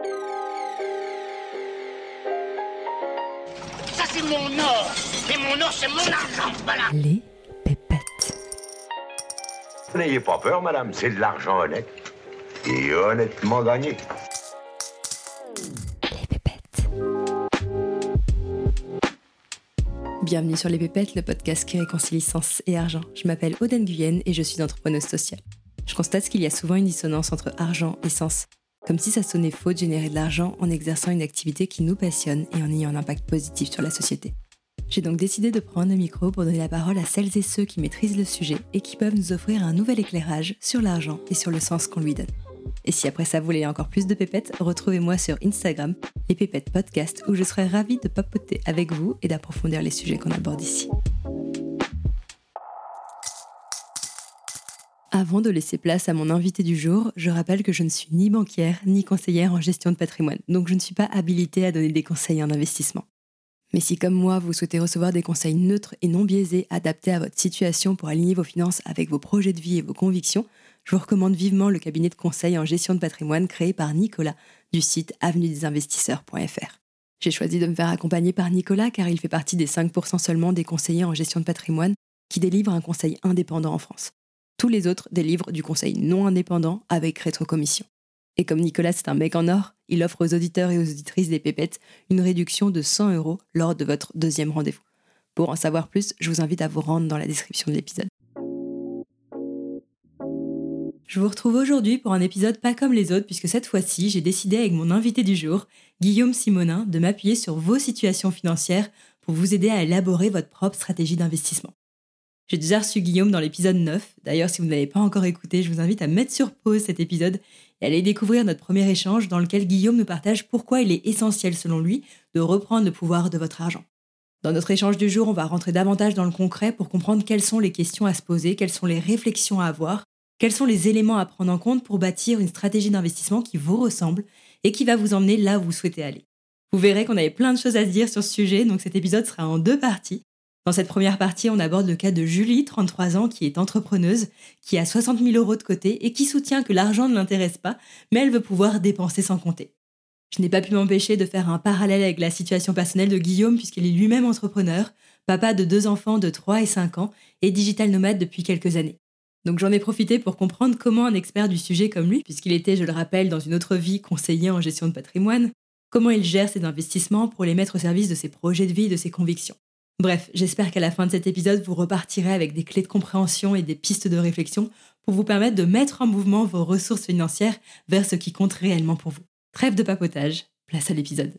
Ça, c'est mon or. Et mon or, c'est mon argent. Voilà. Les pépettes. N'ayez pas peur, madame, c'est de l'argent honnête. Et honnêtement gagné. Les pépettes. Bienvenue sur Les Pépettes, le podcast qui réconcilie sens et argent. Je m'appelle Aude Nguyen et je suis entrepreneuse sociale. Je constate qu'il y a souvent une dissonance entre argent et sens. Comme si ça sonnait faux de générer de l'argent en exerçant une activité qui nous passionne et en ayant un impact positif sur la société. J'ai donc décidé de prendre le micro pour donner la parole à celles et ceux qui maîtrisent le sujet et qui peuvent nous offrir un nouvel éclairage sur l'argent et sur le sens qu'on lui donne. Et si après ça vous voulez encore plus de pépettes, retrouvez-moi sur Instagram, les Pépettes Podcast, où je serai ravie de papoter avec vous et d'approfondir les sujets qu'on aborde ici. Avant de laisser place à mon invité du jour, je rappelle que je ne suis ni banquière ni conseillère en gestion de patrimoine, donc je ne suis pas habilitée à donner des conseils en investissement. Mais si comme moi, vous souhaitez recevoir des conseils neutres et non biaisés adaptés à votre situation pour aligner vos finances avec vos projets de vie et vos convictions, je vous recommande vivement le cabinet de conseil en gestion de patrimoine créé par Nicolas du site avenuedesinvestisseurs.fr. J'ai choisi de me faire accompagner par Nicolas car il fait partie des 5% seulement des conseillers en gestion de patrimoine qui délivrent un conseil indépendant en France. Tous les autres délivrent du conseil non indépendant avec rétrocommission. Et comme Nicolas c'est un mec en or, il offre aux auditeurs et aux auditrices des pépettes une réduction de 100 € lors de votre deuxième rendez-vous. Pour en savoir plus, je vous invite à vous rendre dans la description de l'épisode. Je vous retrouve aujourd'hui pour un épisode pas comme les autres puisque cette fois-ci, j'ai décidé avec mon invité du jour, Guillaume Simonin, de m'appuyer sur vos situations financières pour vous aider à élaborer votre propre stratégie d'investissement. J'ai déjà reçu Guillaume dans l'épisode 9. D'ailleurs, si vous ne l'avez pas encore écouté, je vous invite à mettre sur pause cet épisode et à aller découvrir notre premier échange dans lequel Guillaume nous partage pourquoi il est essentiel, selon lui, de reprendre le pouvoir de votre argent. Dans notre échange du jour, on va rentrer davantage dans le concret pour comprendre quelles sont les questions à se poser, quelles sont les réflexions à avoir, quels sont les éléments à prendre en compte pour bâtir une stratégie d'investissement qui vous ressemble et qui va vous emmener là où vous souhaitez aller. Vous verrez qu'on avait plein de choses à se dire sur ce sujet, donc cet épisode sera en 2 parties. Dans cette première partie, on aborde le cas de Julie, 33 ans, qui est entrepreneuse, qui a 60 000 € de côté et qui soutient que l'argent ne l'intéresse pas, mais elle veut pouvoir dépenser sans compter. Je n'ai pas pu m'empêcher de faire un parallèle avec la situation personnelle de Guillaume puisqu'il est lui-même entrepreneur, papa de 2 enfants de 3 et 5 ans et digital nomade depuis quelques années. Donc j'en ai profité pour comprendre comment un expert du sujet comme lui, puisqu'il était, je le rappelle, dans une autre vie conseiller en gestion de patrimoine, comment il gère ses investissements pour les mettre au service de ses projets de vie et de ses convictions. Bref, j'espère qu'à la fin de cet épisode, vous repartirez avec des clés de compréhension et des pistes de réflexion pour vous permettre de mettre en mouvement vos ressources financières vers ce qui compte réellement pour vous. Trêve de papotage, place à l'épisode.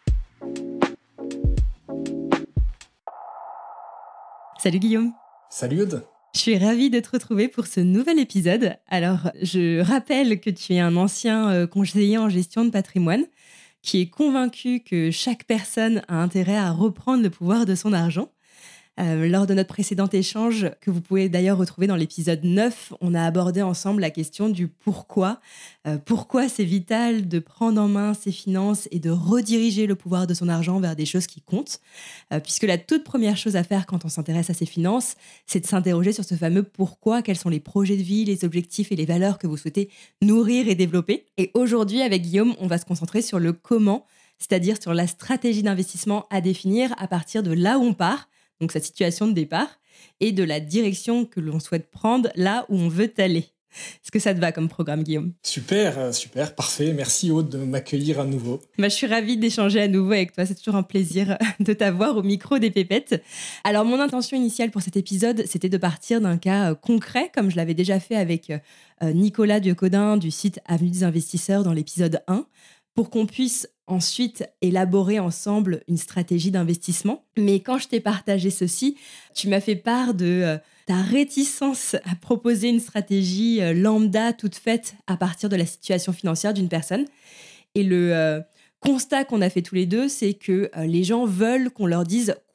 Salut Guillaume. Salut Aude. Je suis ravie de te retrouver pour ce nouvel épisode. Alors, je rappelle que tu es un ancien conseiller en gestion de patrimoine qui est convaincu que chaque personne a intérêt à reprendre le pouvoir de son argent. Lors de notre précédent échange, que vous pouvez d'ailleurs retrouver dans l'épisode 9, on a abordé ensemble la question du pourquoi. Pourquoi c'est vital de prendre en main ses finances et de rediriger le pouvoir de son argent vers des choses qui comptent. Puisque la toute première chose à faire quand on s'intéresse à ses finances, c'est de s'interroger sur ce fameux pourquoi, quels sont les projets de vie, les objectifs et les valeurs que vous souhaitez nourrir et développer. Et aujourd'hui, avec Guillaume, on va se concentrer sur le comment, c'est-à-dire sur la stratégie d'investissement à définir à partir de là où on part, donc sa situation de départ, et de la direction que l'on souhaite prendre là où on veut aller. Est-ce que ça te va comme programme, Guillaume ? Super, parfait. Merci Aude de m'accueillir à nouveau. Je suis ravie d'échanger à nouveau avec toi. C'est toujours un plaisir de t'avoir au micro des pépettes. Alors, mon intention initiale pour cet épisode, c'était de partir d'un cas concret, comme je l'avais déjà fait avec Nicolas Dieucodin du site Avenue des Investisseurs dans l'épisode 1, pour qu'on puisse ensuite élaborer ensemble une stratégie d'investissement. Mais quand je t'ai partagé ceci, tu m'as fait part de ta réticence à proposer une stratégie lambda toute faite à partir de la situation financière d'une personne. Et le constat qu'on a fait tous les deux, c'est que les gens veulent qu'on leur dise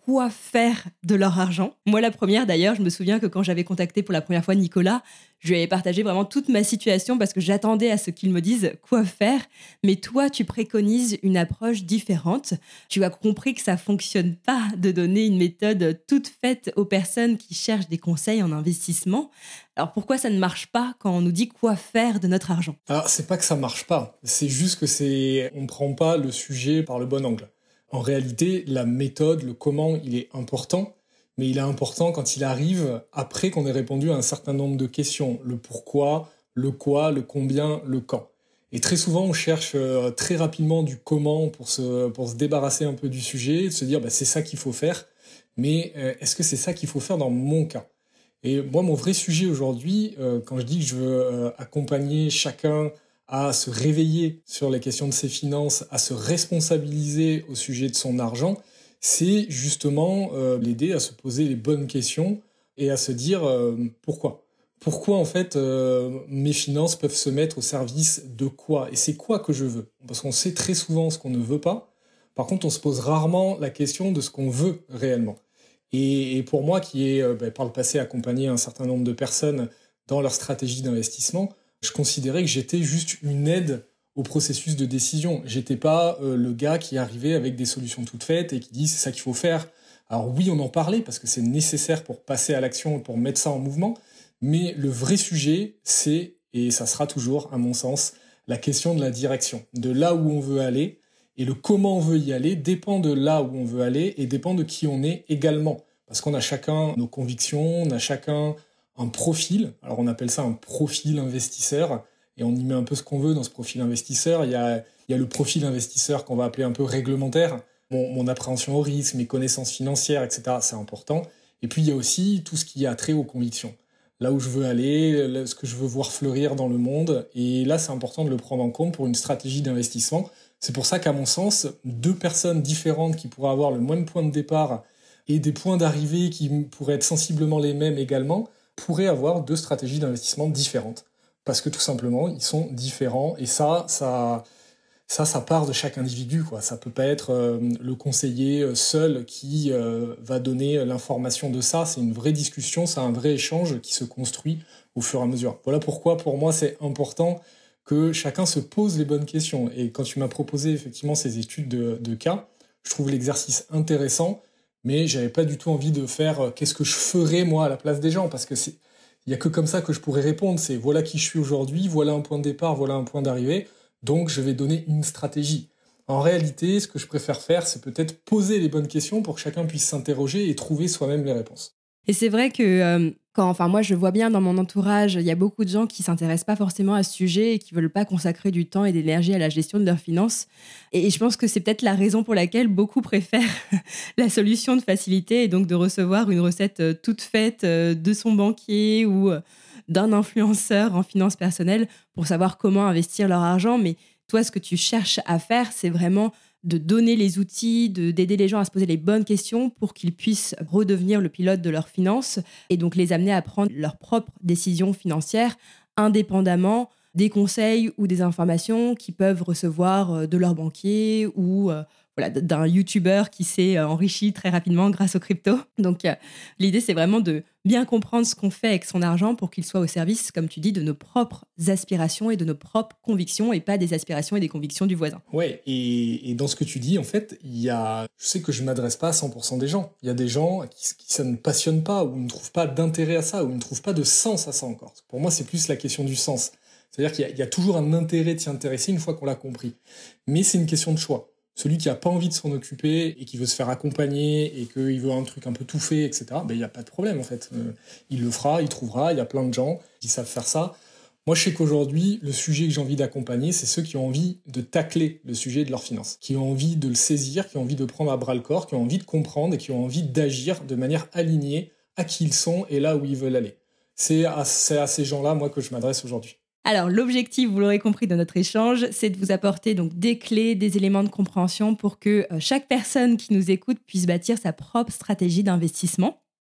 quoi faire de leur argent. Moi, la première, d'ailleurs, je me souviens que quand j'avais contacté pour la première fois Nicolas, je lui avais partagé vraiment toute ma situation parce que j'attendais à ce qu'il me dise quoi faire. Mais toi, tu préconises une approche différente. Tu as compris que ça ne fonctionne pas de donner une méthode toute faite aux personnes qui cherchent des conseils en investissement. Alors pourquoi ça ne marche pas quand on nous dit quoi faire de notre argent ? Alors, c'est pas que ça marche pas, c'est juste que on ne prend pas le sujet par le bon angle. En réalité, la méthode, le comment, il est important, mais il est important quand il arrive après qu'on ait répondu à un certain nombre de questions. Le pourquoi, le quoi, le combien, le quand. Et très souvent, on cherche très rapidement du comment pour se débarrasser un peu du sujet, de se dire c'est ça qu'il faut faire, mais est-ce que c'est ça qu'il faut faire dans mon cas ? Et moi, mon vrai sujet aujourd'hui, quand je dis que je veux accompagner chacun à se réveiller sur les questions de ses finances, à se responsabiliser au sujet de son argent, c'est justement l'aider à se poser les bonnes questions et à se dire pourquoi. Pourquoi en fait mes finances peuvent se mettre au service de quoi ? Et c'est quoi que je veux ? Parce qu'on sait très souvent ce qu'on ne veut pas. Par contre, on se pose rarement la question de ce qu'on veut réellement. Et pour moi, qui ai par le passé accompagné un certain nombre de personnes dans leur stratégie d'investissement, je considérais que j'étais juste une aide au processus de décision. J'étais pas le gars qui arrivait avec des solutions toutes faites et qui dit c'est ça qu'il faut faire. Alors oui, on en parlait parce que c'est nécessaire pour passer à l'action, pour mettre ça en mouvement. Mais le vrai sujet, c'est, et ça sera toujours, à mon sens, la question de la direction, de là où on veut aller. Et le comment on veut y aller dépend de là où on veut aller et dépend de qui on est également. Parce qu'on a chacun nos convictions, on a chacun un profil. Alors on appelle ça un profil investisseur et on y met un peu ce qu'on veut dans ce profil investisseur. Il y a le profil investisseur qu'on va appeler un peu réglementaire. Mon appréhension au risque, mes connaissances financières, etc. C'est important. Et puis il y a aussi tout ce qui a trait aux convictions. Là où je veux aller, ce que je veux voir fleurir dans le monde. Et là, c'est important de le prendre en compte pour une stratégie d'investissement. C'est pour ça qu'à mon sens, deux personnes différentes qui pourraient avoir le même point de départ et des points d'arrivée qui pourraient être sensiblement les mêmes également, pourraient avoir deux stratégies d'investissement différentes. Parce que tout simplement, ils sont différents. Et ça part de chaque individu, quoi. Ça peut pas être le conseiller seul qui va donner l'information de ça. C'est une vraie discussion, c'est un vrai échange qui se construit au fur et à mesure. Voilà pourquoi, pour moi, c'est important que chacun se pose les bonnes questions. Et quand tu m'as proposé effectivement ces études de cas, je trouve l'exercice intéressant, mais j'avais pas du tout envie de faire qu'est-ce que je ferais moi à la place des gens, parce que il y a que comme ça que je pourrais répondre. C'est voilà qui je suis aujourd'hui, voilà un point de départ, voilà un point d'arrivée. Donc, je vais donner une stratégie. En réalité, ce que je préfère faire, c'est peut-être poser les bonnes questions pour que chacun puisse s'interroger et trouver soi-même les réponses. Et c'est vrai que moi, je vois bien dans mon entourage, il y a beaucoup de gens qui ne s'intéressent pas forcément à ce sujet et qui ne veulent pas consacrer du temps et de l'énergie à la gestion de leurs finances. Et je pense que c'est peut-être la raison pour laquelle beaucoup préfèrent la solution de facilité et donc de recevoir une recette toute faite de son banquier ou d'un influenceur en finances personnelles pour savoir comment investir leur argent. Mais toi, ce que tu cherches à faire, c'est vraiment de donner les outils, d'aider les gens à se poser les bonnes questions pour qu'ils puissent redevenir le pilote de leurs finances et donc les amener à prendre leurs propres décisions financières indépendamment des conseils ou des informations qu'ils peuvent recevoir de leur banquier ou d'un YouTuber qui s'est enrichi très rapidement grâce aux cryptos. Donc, l'idée, c'est vraiment de bien comprendre ce qu'on fait avec son argent pour qu'il soit au service, comme tu dis, de nos propres aspirations et de nos propres convictions et pas des aspirations et des convictions du voisin. Ouais, et dans ce que tu dis, en fait, je sais que je ne m'adresse pas à 100% des gens. Il y a des gens qui ça ne passionne pas ou ne trouvent pas d'intérêt à ça ou ne trouvent pas de sens à ça encore. Pour moi, c'est plus la question du sens. C'est-à-dire qu'il y a toujours un intérêt de s'y intéresser une fois qu'on l'a compris. Mais c'est une question de choix. Celui qui n'a pas envie de s'en occuper et qui veut se faire accompagner et qu'il veut un truc un peu tout fait, etc., il n'y a pas de problème en fait. Il le fera, il trouvera, il y a plein de gens qui savent faire ça. Moi, je sais qu'aujourd'hui, le sujet que j'ai envie d'accompagner, c'est ceux qui ont envie de tacler le sujet de leurs finances, qui ont envie de le saisir, qui ont envie de prendre à bras-le-corps, qui ont envie de comprendre et qui ont envie d'agir de manière alignée à qui ils sont et là où ils veulent aller. C'est à ces gens-là, moi, que je m'adresse aujourd'hui. Alors, l'objectif, vous l'aurez compris dans notre échange, c'est de vous apporter donc des clés, des éléments de compréhension pour que chaque personne qui nous écoute puisse bâtir sa propre stratégie d'investissement.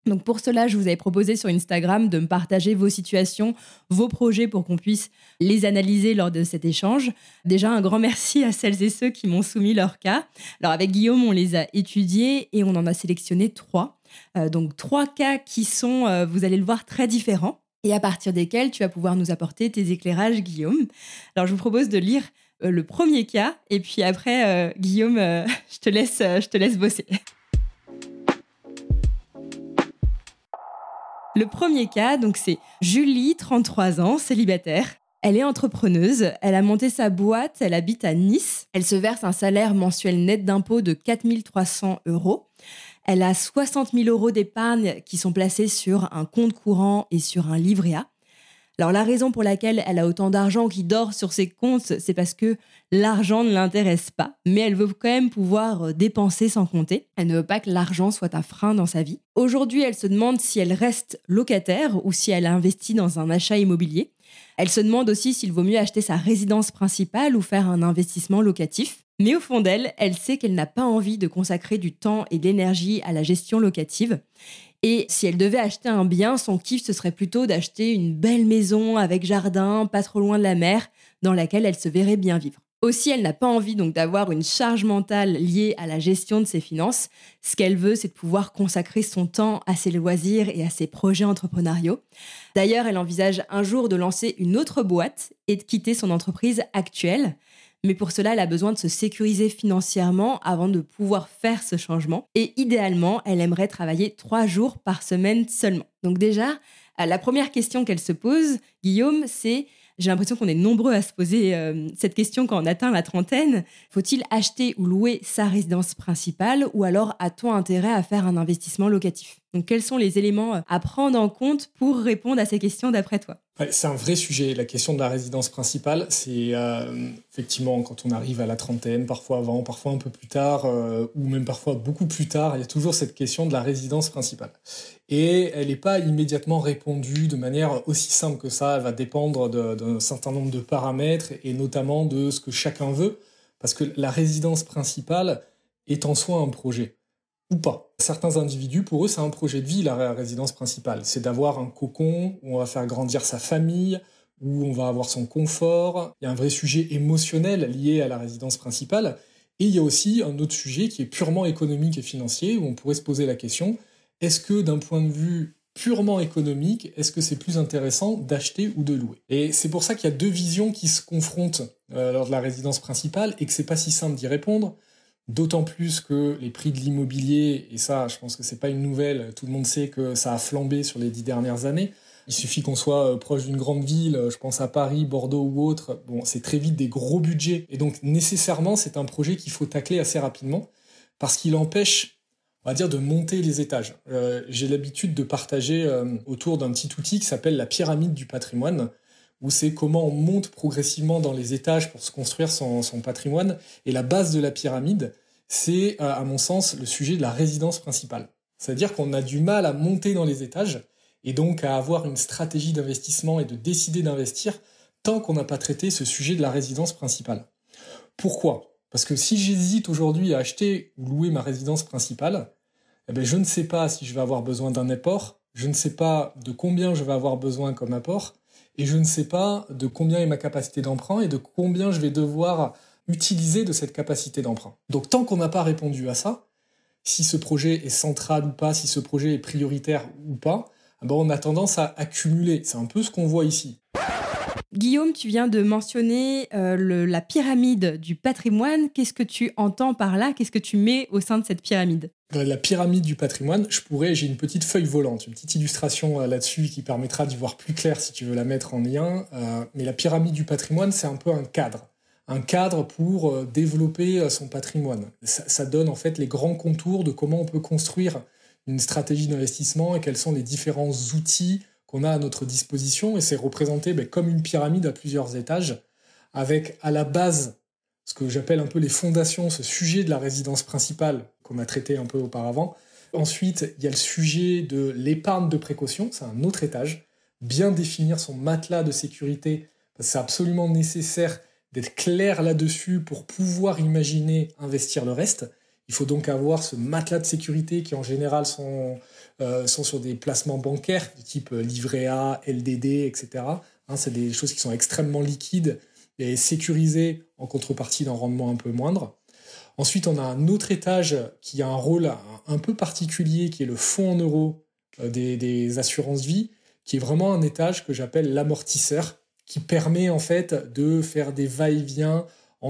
Donc pour cela, je vous avais proposé sur Instagram de me partager vos situations, vos projets pour qu'on puisse les analyser lors de cet échange. Déjà, un grand merci à celles et ceux qui m'ont soumis leur cas. Alors avec Guillaume, on les a étudiés et on en a sélectionné 3. Donc 3 cas qui sont, vous allez le voir, très différents et à partir desquels tu vas pouvoir nous apporter tes éclairages, Guillaume. Alors je vous propose de lire le premier cas et puis après, Guillaume, je te laisse bosser. Le premier cas, donc c'est Julie, 33 ans, célibataire. Elle est entrepreneuse, elle a monté sa boîte, elle habite à Nice. Elle se verse un salaire mensuel net d'impôts de 4 300 €. Elle a 60 000 € d'épargne qui sont placés sur un compte courant et sur un livret A. Alors la raison pour laquelle elle a autant d'argent qui dort sur ses comptes, c'est parce que l'argent ne l'intéresse pas, mais elle veut quand même pouvoir dépenser sans compter. Elle ne veut pas que l'argent soit un frein dans sa vie. Aujourd'hui, elle se demande si elle reste locataire ou si elle investit dans un achat immobilier. Elle se demande aussi s'il vaut mieux acheter sa résidence principale ou faire un investissement locatif. Mais au fond d'elle, elle sait qu'elle n'a pas envie de consacrer du temps et de l'énergie à la gestion locative. Et si elle devait acheter un bien, son kiff, ce serait plutôt d'acheter une belle maison avec jardin, pas trop loin de la mer, dans laquelle elle se verrait bien vivre. Aussi, elle n'a pas envie donc d'avoir une charge mentale liée à la gestion de ses finances. Ce qu'elle veut, c'est de pouvoir consacrer son temps à ses loisirs et à ses projets entrepreneuriaux. D'ailleurs, elle envisage un jour de lancer une autre boîte et de quitter son entreprise actuelle. Mais pour cela, elle a besoin de se sécuriser financièrement avant de pouvoir faire ce changement. Et idéalement, elle aimerait travailler 3 jours par semaine seulement. Donc déjà, la première question qu'elle se pose, Guillaume, c'est... J'ai l'impression qu'on est nombreux à se poser cette question quand on atteint la trentaine. Faut-il acheter ou louer sa résidence principale ou alors a-t-on intérêt à faire un investissement locatif ? Donc, quels sont les éléments à prendre en compte pour répondre à ces questions d'après toi ? Ouais, c'est un vrai sujet, la question de la résidence principale. C'est effectivement quand on arrive à la trentaine, parfois avant, parfois un peu plus tard, ou même parfois beaucoup plus tard, il y a toujours cette question de la résidence principale. Et elle n'est pas immédiatement répondue de manière aussi simple que ça. Elle va dépendre d'un certain nombre de paramètres et notamment de ce que chacun veut, parce que la résidence principale est en soi un projet. Ou pas. Certains individus, pour eux, c'est un projet de vie, la résidence principale. C'est d'avoir un cocon où on va faire grandir sa famille, où on va avoir son confort. Il y a un vrai sujet émotionnel lié à la résidence principale. Et il y a aussi un autre sujet qui est purement économique et financier, où on pourrait se poser la question, est-ce que d'un point de vue purement économique, est-ce que c'est plus intéressant d'acheter ou de louer ? Et c'est pour ça qu'il y a 2 visions qui se confrontent lors de la résidence principale et que c'est pas si simple d'y répondre. D'autant plus que les prix de l'immobilier, et ça, je pense que c'est pas une nouvelle, tout le monde sait que ça a flambé sur les 10 dernières années. Il suffit qu'on soit proche d'une grande ville, je pense à Paris, Bordeaux ou autre, bon, c'est très vite des gros budgets. Et donc, nécessairement, c'est un projet qu'il faut tacler assez rapidement, parce qu'il empêche, on va dire, de monter les étages. J'ai l'habitude de partager autour d'un petit outil qui s'appelle la pyramide du patrimoine, où c'est comment on monte progressivement dans les étages pour se construire son patrimoine. Et la base de la pyramide, c'est, à mon sens, le sujet de la résidence principale. C'est-à-dire qu'on a du mal à monter dans les étages et donc à avoir une stratégie d'investissement et de décider d'investir tant qu'on n'a pas traité ce sujet de la résidence principale. Pourquoi ? Parce que si j'hésite aujourd'hui à acheter ou louer ma résidence principale, eh bien, je ne sais pas si je vais avoir besoin d'un apport, je ne sais pas de combien je vais avoir besoin comme apport, et je ne sais pas de combien est ma capacité d'emprunt et de combien je vais devoir utiliser de cette capacité d'emprunt. Donc tant qu'on n'a pas répondu à ça, si ce projet est central ou pas, si ce projet est prioritaire ou pas, ben on a tendance à accumuler. C'est un peu ce qu'on voit ici. Guillaume, tu viens de mentionner la pyramide du patrimoine. Qu'est-ce que tu entends par là ? Qu'est-ce que tu mets au sein de cette pyramide ? La pyramide du patrimoine, j'ai une petite feuille volante, une petite illustration là-dessus qui permettra d'y voir plus clair si tu veux la mettre en lien. Mais la pyramide du patrimoine, c'est un peu un cadre pour développer son patrimoine. Ça donne en fait les grands contours de comment on peut construire une stratégie d'investissement et quels sont les différents outils qu'on a à notre disposition. Et c'est représenté comme une pyramide à plusieurs étages, avec à la base ce que j'appelle un peu les fondations, ce sujet de la résidence principale qu'on a traité un peu auparavant. Ensuite, il y a le sujet de l'épargne de précaution, c'est un autre étage. Bien définir son matelas de sécurité, c'est absolument nécessaire d'être clair là-dessus pour pouvoir imaginer investir le reste. Il faut donc avoir ce matelas de sécurité qui en général sont sur des placements bancaires de type livret A, LDD, etc. C'est des choses qui sont extrêmement liquides et sécurisées en contrepartie d'un rendement un peu moindre. Ensuite, on a un autre étage qui a un rôle un peu particulier, qui est le fonds en euros des assurances-vie, qui est vraiment un étage que j'appelle l'amortisseur, qui permet en fait de faire des va-et-vient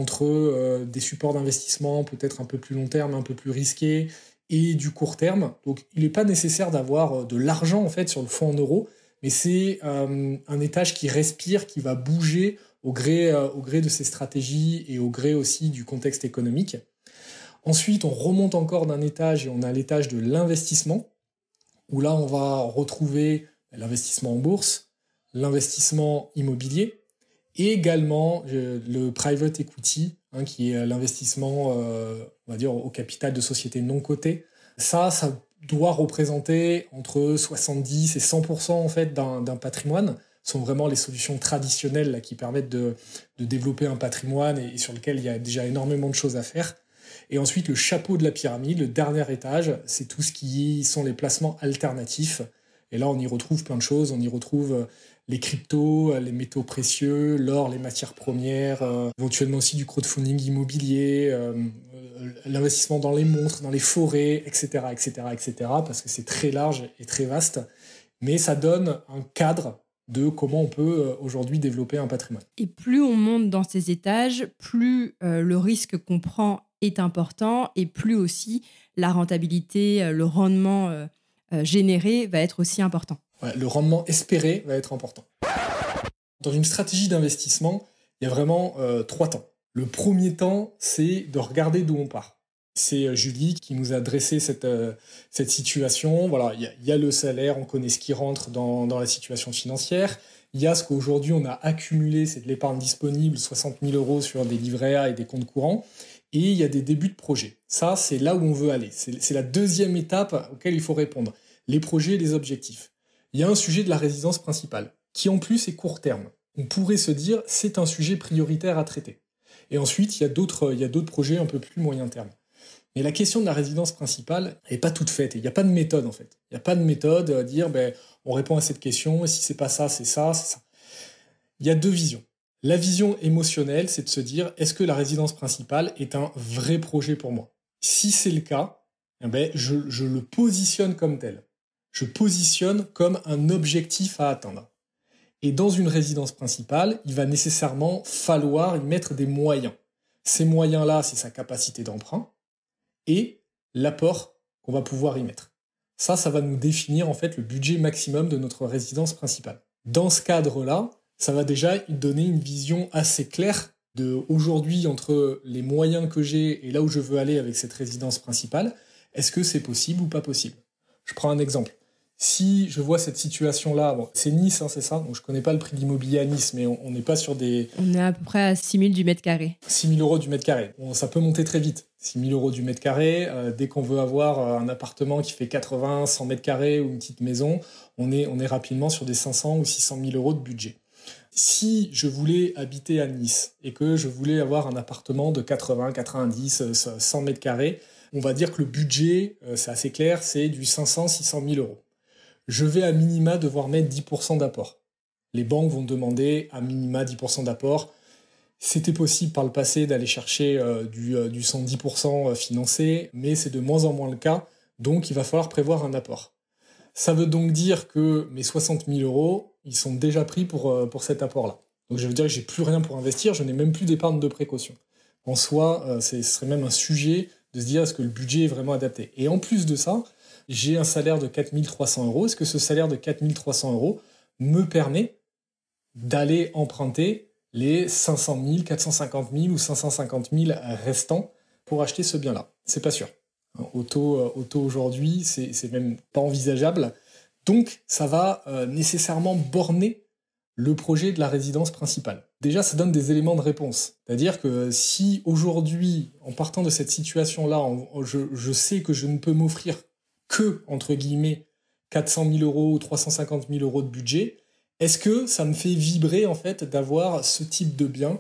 entre des supports d'investissement peut-être un peu plus long terme, un peu plus risqués, et du court terme. Donc, il n'est pas nécessaire d'avoir de l'argent en fait sur le fonds en euros, mais c'est un étage qui respire, qui va bouger au gré de ses stratégies et au gré aussi du contexte économique. Ensuite, on remonte encore d'un étage et on a l'étage de l'investissement, où là, on va retrouver l'investissement en bourse, l'investissement immobilier, et également le private equity, qui est l'investissement, on va dire, au capital de sociétés non cotées. Ça doit représenter entre 70 et 100% en fait d'un patrimoine. Ce sont vraiment les solutions traditionnelles là, qui permettent de développer un patrimoine et sur lequel il y a déjà énormément de choses à faire. Et ensuite, le chapeau de la pyramide, le dernier étage, c'est tout ce qui sont les placements alternatifs. Et là, on y retrouve plein de choses. On y retrouve les cryptos, les métaux précieux, l'or, les matières premières, éventuellement aussi du crowdfunding immobilier, l'investissement dans les montres, dans les forêts, etc., etc., etc., parce que c'est très large et très vaste. Mais ça donne un cadre de comment on peut aujourd'hui développer un patrimoine. Et plus on monte dans ces étages, plus le risque qu'on prend est important et plus aussi la rentabilité, le rendement généré va être aussi important. Ouais, le rendement espéré va être important. Dans une stratégie d'investissement, il y a vraiment 3 temps. Le premier temps, c'est de regarder d'où on part. C'est Julie qui nous a dressé cette situation. Voilà, il y a le salaire, on connaît ce qui rentre dans la situation financière. Il y a ce qu'aujourd'hui on a accumulé, c'est de l'épargne disponible, 60 000 € sur des livrets A et des comptes courants. Et il y a des débuts de projets. Ça, c'est là où on veut aller. C'est la deuxième étape auquel il faut répondre. Les projets et les objectifs. Il y a un sujet de la résidence principale, qui en plus est court terme. On pourrait se dire, c'est un sujet prioritaire à traiter. Et ensuite, il y a d'autres projets un peu plus moyen terme. Mais la question de la résidence principale n'est pas toute faite. Il n'y a pas de méthode, en fait. Il n'y a pas de méthode à dire, on répond à cette question, et si c'est pas ça, c'est ça, c'est ça. Il y a 2 visions. La vision émotionnelle, c'est de se dire, est-ce que la résidence principale est un vrai projet pour moi ? Si c'est le cas, je le positionne comme tel. Je positionne comme un objectif à atteindre. Et dans une résidence principale, il va nécessairement falloir y mettre des moyens. Ces moyens-là, c'est sa capacité d'emprunt et l'apport qu'on va pouvoir y mettre. Ça va nous définir en fait le budget maximum de notre résidence principale. Dans ce cadre-là, ça va déjà donner une vision assez claire de aujourd'hui entre les moyens que j'ai et là où je veux aller avec cette résidence principale. Est-ce que c'est possible ou pas possible ? Je prends un exemple. Si je vois cette situation-là, c'est Nice, c'est ça, donc je connais pas le prix de l'immobilier à Nice, mais on n'est pas sur des... On est à peu près à 6 000 du mètre carré. 6 000 € du mètre carré. Ça peut monter très vite. 6 000 € du mètre carré, dès qu'on veut avoir un appartement qui fait 80, 100 mètres carrés ou une petite maison, on est rapidement sur des 500 ou 600 000 € de budget. Si je voulais habiter à Nice et que je voulais avoir un appartement de 80, 90, 100 mètres carrés, on va dire que le budget, c'est assez clair, c'est du 500, 600 000 €. Je vais à minima devoir mettre 10% d'apport. Les banques vont demander à minima 10% d'apport. C'était possible par le passé d'aller chercher du 110% financé, mais c'est de moins en moins le cas, donc il va falloir prévoir un apport. Ça veut donc dire que mes 60 000 €, ils sont déjà pris pour cet apport-là. Donc je veux dire que j'ai plus rien pour investir, je n'ai même plus d'épargne de précaution. En soi, ce serait même un sujet de se dire est-ce que le budget est vraiment adapté. Et en plus de ça, j'ai un salaire de 4 300 €. Est-ce que ce salaire de 4 300 € me permet d'aller emprunter les 500 000, 450 000 ou 550 000 restants pour acheter ce bien-là ? C'est pas sûr. Auto aujourd'hui, c'est même pas envisageable. Donc, ça va nécessairement borner le projet de la résidence principale. Déjà, ça donne des éléments de réponse. C'est-à-dire que si aujourd'hui, en partant de cette situation-là, je sais que je ne peux m'offrir que, entre guillemets, 400 000 € ou 350 000 € de budget, est-ce que ça me fait vibrer, en fait, d'avoir ce type de bien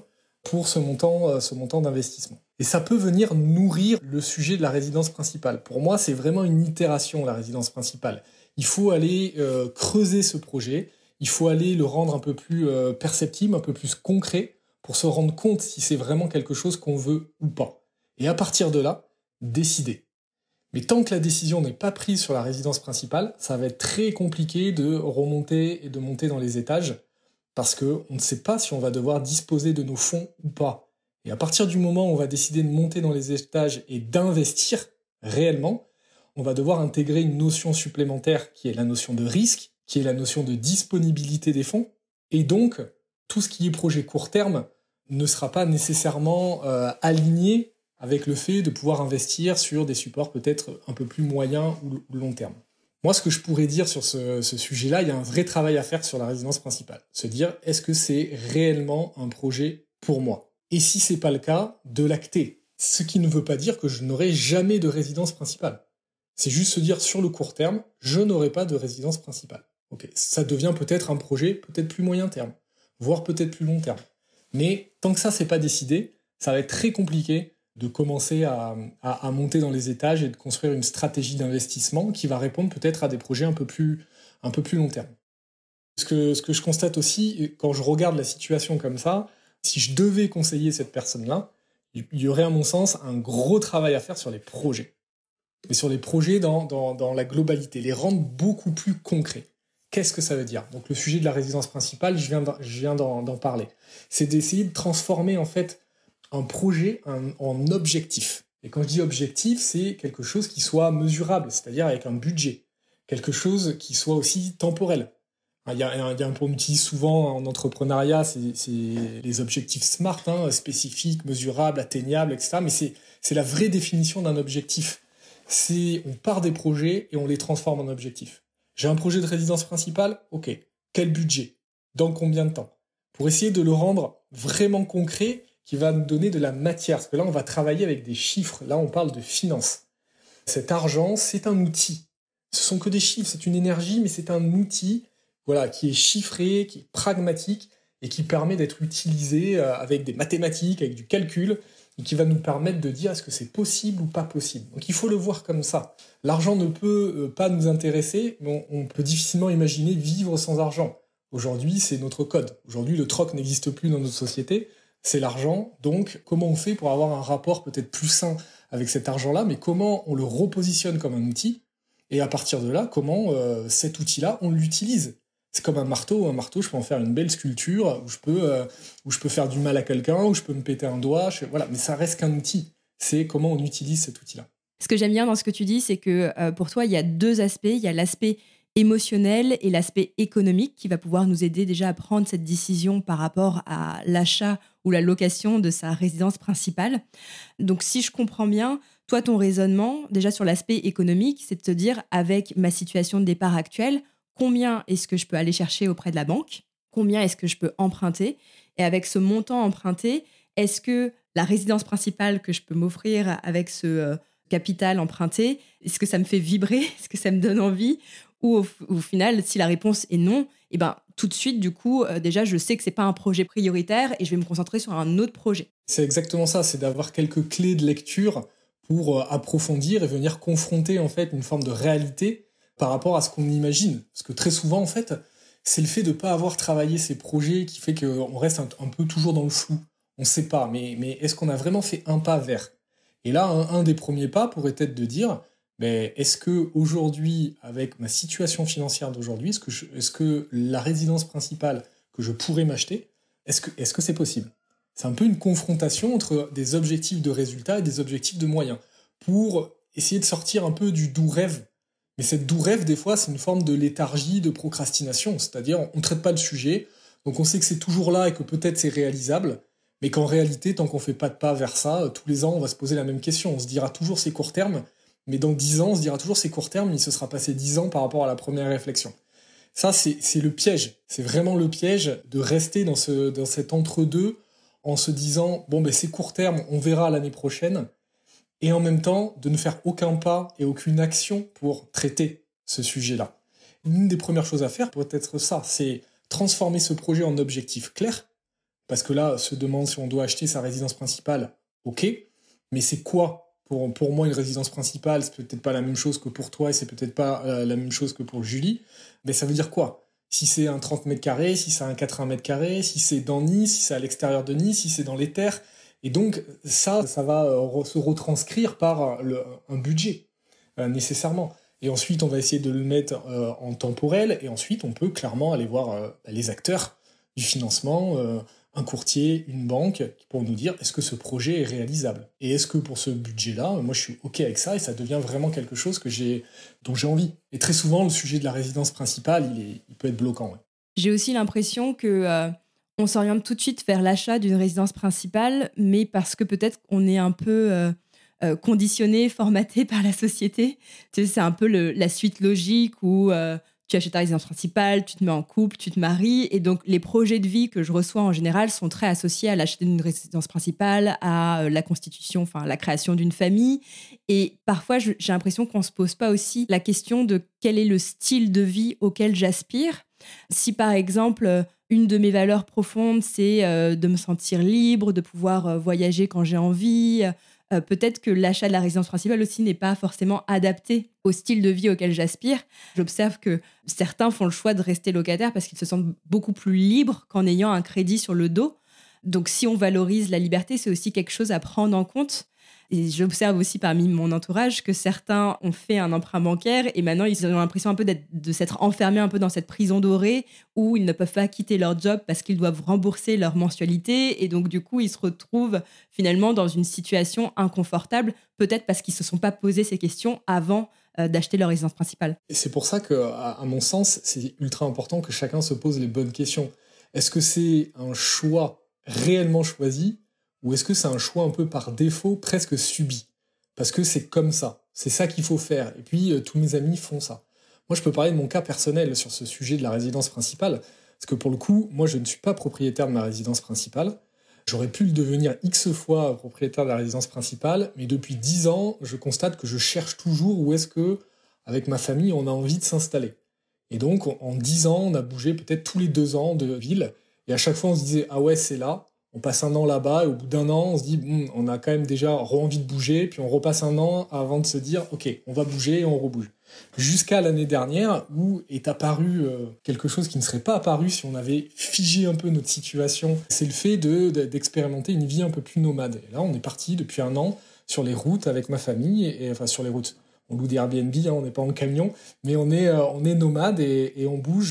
pour ce montant d'investissement. Et ça peut venir nourrir le sujet de la résidence principale. Pour moi, c'est vraiment une itération, la résidence principale. Il faut aller creuser ce projet, il faut aller le rendre un peu plus perceptible, un peu plus concret, pour se rendre compte si c'est vraiment quelque chose qu'on veut ou pas. Et à partir de là, décider. Mais tant que la décision n'est pas prise sur la résidence principale, ça va être très compliqué de remonter et de monter dans les étages, parce qu'on ne sait pas si on va devoir disposer de nos fonds ou pas. Et à partir du moment où on va décider de monter dans les étages et d'investir réellement, on va devoir intégrer une notion supplémentaire qui est la notion de risque, qui est la notion de disponibilité des fonds. Et donc, tout ce qui est projet court terme ne sera pas nécessairement aligné avec le fait de pouvoir investir sur des supports peut-être un peu plus moyens ou long terme. Moi, ce que je pourrais dire sur ce sujet-là, il y a un vrai travail à faire sur la résidence principale. Se dire, est-ce que c'est réellement un projet pour moi ? Et si c'est pas le cas, de l'acter. Ce qui ne veut pas dire que je n'aurai jamais de résidence principale. C'est juste se dire, sur le court terme, je n'aurai pas de résidence principale. Ok, ça devient peut-être un projet peut-être plus moyen terme, voire peut-être plus long terme. Mais tant que ça, c'est pas décidé, ça va être très compliqué de commencer à monter dans les étages et de construire une stratégie d'investissement qui va répondre peut-être à des projets un peu plus long terme. Ce que je constate aussi, quand je regarde la situation comme ça, si je devais conseiller cette personne-là, il y aurait à mon sens un gros travail à faire sur les projets. Mais sur les projets dans la globalité, les rendre beaucoup plus concrets. Qu'est-ce que ça veut dire ? Donc le sujet de la résidence principale, je viens d'en parler. C'est d'essayer de transformer en fait un projet en objectif. Et quand je dis objectif, c'est quelque chose qui soit mesurable, c'est-à-dire avec un budget. Quelque chose qui soit aussi temporel. Il y a un mot qu'on utilise souvent en entrepreneuriat, c'est les objectifs SMART, spécifiques, mesurables, atteignables, etc. Mais c'est la vraie définition d'un objectif. On part des projets et on les transforme en objectifs. J'ai un projet de résidence principale, ok. Quel budget ? Dans combien de temps ? Pour essayer de le rendre vraiment concret, qui va nous donner de la matière. Parce que là, on va travailler avec des chiffres. Là, on parle de finances. Cet argent, c'est un outil. Ce sont que des chiffres, c'est une énergie, mais c'est un outil qui est chiffré, qui est pragmatique et qui permet d'être utilisé avec des mathématiques, avec du calcul, et qui va nous permettre de dire est-ce que c'est possible ou pas possible. Donc il faut le voir comme ça. L'argent ne peut pas nous intéresser, mais on peut difficilement imaginer vivre sans argent. Aujourd'hui, c'est notre code. Aujourd'hui, le troc n'existe plus dans notre société. C'est l'argent. Donc, comment on fait pour avoir un rapport peut-être plus sain avec cet argent-là, mais comment on le repositionne comme un outil ? Et à partir de là, comment cet outil-là, on l'utilise ? C'est comme un marteau. Un marteau, je peux en faire une belle sculpture où je peux faire du mal à quelqu'un, où je peux me péter un doigt. Voilà, mais ça reste qu'un outil. C'est comment on utilise cet outil-là. Ce que j'aime bien dans ce que tu dis, c'est que pour toi, il y a deux aspects. Il y a l'aspect émotionnel et l'aspect économique qui va pouvoir nous aider déjà à prendre cette décision par rapport à l'achat ou la location de sa résidence principale. Donc, si je comprends bien, toi, ton raisonnement, déjà sur l'aspect économique, c'est de te dire, avec ma situation de départ actuelle, combien est-ce que je peux aller chercher auprès de la banque ? Combien est-ce que je peux emprunter ? Et avec ce montant emprunté, est-ce que la résidence principale que je peux m'offrir avec ce capital emprunté, est-ce que ça me fait vibrer ? Est-ce que ça me donne envie ? Ou au final, si la réponse est non, tout de suite, du coup, déjà, je sais que c'est pas un projet prioritaire et je vais me concentrer sur un autre projet. C'est exactement ça, c'est d'avoir quelques clés de lecture pour approfondir et venir confronter en fait une forme de réalité par rapport à ce qu'on imagine. Parce que très souvent, en fait, c'est le fait de ne pas avoir travaillé ces projets qui fait qu'on reste un peu toujours dans le flou. On ne sait pas, mais est-ce qu'on a vraiment fait un pas vers ? Et là, un des premiers pas pourrait être de dire, est-ce que aujourd'hui, avec ma situation financière d'aujourd'hui, est-ce que la résidence principale que je pourrais m'acheter, est-ce que c'est possible ? C'est un peu une confrontation entre des objectifs de résultats et des objectifs de moyens pour essayer de sortir un peu du doux rêve. Mais cette doux rêve, des fois, c'est une forme de léthargie, de procrastination. C'est-à-dire, on ne traite pas le sujet, donc on sait que c'est toujours là et que peut-être c'est réalisable, mais qu'en réalité, tant qu'on ne fait pas de pas vers ça, tous les ans, on va se poser la même question. On se dira toujours c'est court terme, mais dans 10 ans, on se dira toujours c'est court terme, il se sera passé 10 ans par rapport à la première réflexion. Ça, c'est le piège. C'est vraiment le piège de rester dans cet entre-deux en se disant c'est court terme, on verra l'année prochaine, et en même temps de ne faire aucun pas et aucune action pour traiter ce sujet-là. Une des premières choses à faire pourrait être ça, c'est transformer ce projet en objectif clair, Parce que là, se demande si on doit acheter sa résidence principale, ok, mais c'est quoi pour moi une résidence principale? C'est peut-être pas la même chose que pour toi et c'est peut-être pas la même chose que pour Julie, mais ça veut dire quoi? Si c'est un 30 mètres carrés, si c'est un 80 mètres carrés, si c'est dans Nice, si c'est à l'extérieur de Nice, si c'est dans les terres. Et donc, ça va se retranscrire par un budget, nécessairement. Et ensuite, on va essayer de le mettre en temporel, et ensuite, on peut clairement aller voir les acteurs du financement, un courtier, une banque, pour nous dire est-ce que ce projet est réalisable? Et est-ce que pour ce budget-là, moi je suis OK avec ça, et ça devient vraiment quelque chose dont j'ai envie. Et très souvent, le sujet de la résidence principale, il peut être bloquant. Ouais. J'ai aussi l'impression que on s'oriente tout de suite vers l'achat d'une résidence principale, mais parce que peut-être qu'on est un peu conditionné, formaté par la société. Tu sais, c'est un peu la suite logique où tu achètes ta résidence principale, tu te mets en couple, tu te maries, et donc les projets de vie que je reçois en général sont très associés à l'achat d'une résidence principale, à la constitution, enfin la création d'une famille. Et parfois, j'ai l'impression qu'on ne se pose pas aussi la question de quel est le style de vie auquel j'aspire. Si par exemple, une de mes valeurs profondes, c'est de me sentir libre, de pouvoir voyager quand j'ai envie, peut-être que l'achat de la résidence principale aussi n'est pas forcément adapté au style de vie auquel j'aspire. J'observe que certains font le choix de rester locataires parce qu'ils se sentent beaucoup plus libres qu'en ayant un crédit sur le dos. Donc si on valorise la liberté, c'est aussi quelque chose à prendre en compte. Et j'observe aussi parmi mon entourage que certains ont fait un emprunt bancaire et maintenant ils ont l'impression un peu de s'être enfermés un peu dans cette prison dorée où ils ne peuvent pas quitter leur job parce qu'ils doivent rembourser leur mensualité, et donc du coup ils se retrouvent finalement dans une situation inconfortable, peut-être parce qu'ils ne se sont pas posé ces questions avant d'acheter leur résidence principale. Et c'est pour ça que, à mon sens, c'est ultra important que chacun se pose les bonnes questions. Est-ce que c'est un choix réellement choisi, ou est-ce que c'est un choix un peu par défaut, presque subi? Parce que c'est comme ça, c'est ça qu'il faut faire. Et puis, tous mes amis font ça. Moi, je peux parler de mon cas personnel sur ce sujet de la résidence principale, parce que pour le coup, moi, je ne suis pas propriétaire de ma résidence principale. J'aurais pu le devenir X fois propriétaire de la résidence principale, mais depuis 10 ans, je constate que je cherche toujours où est-ce que, avec ma famille, on a envie de s'installer. Et donc, en 10 ans, on a bougé peut-être tous les 2 ans de ville, et à chaque fois, on se disait « Ah ouais, c'est là ». On passe un an là-bas et au bout d'un an, on se dit on a quand même déjà envie de bouger, puis on repasse un an avant de se dire ok, on va bouger et on rebouge. Jusqu'à l'année dernière où est apparu quelque chose qui ne serait pas apparu si on avait figé un peu notre situation. C'est le fait d'expérimenter une vie un peu plus nomade. Et là, on est parti depuis un an sur les routes avec ma famille, enfin sur les routes. On loue des Airbnb, on n'est pas en camion, mais on est nomade et on bouge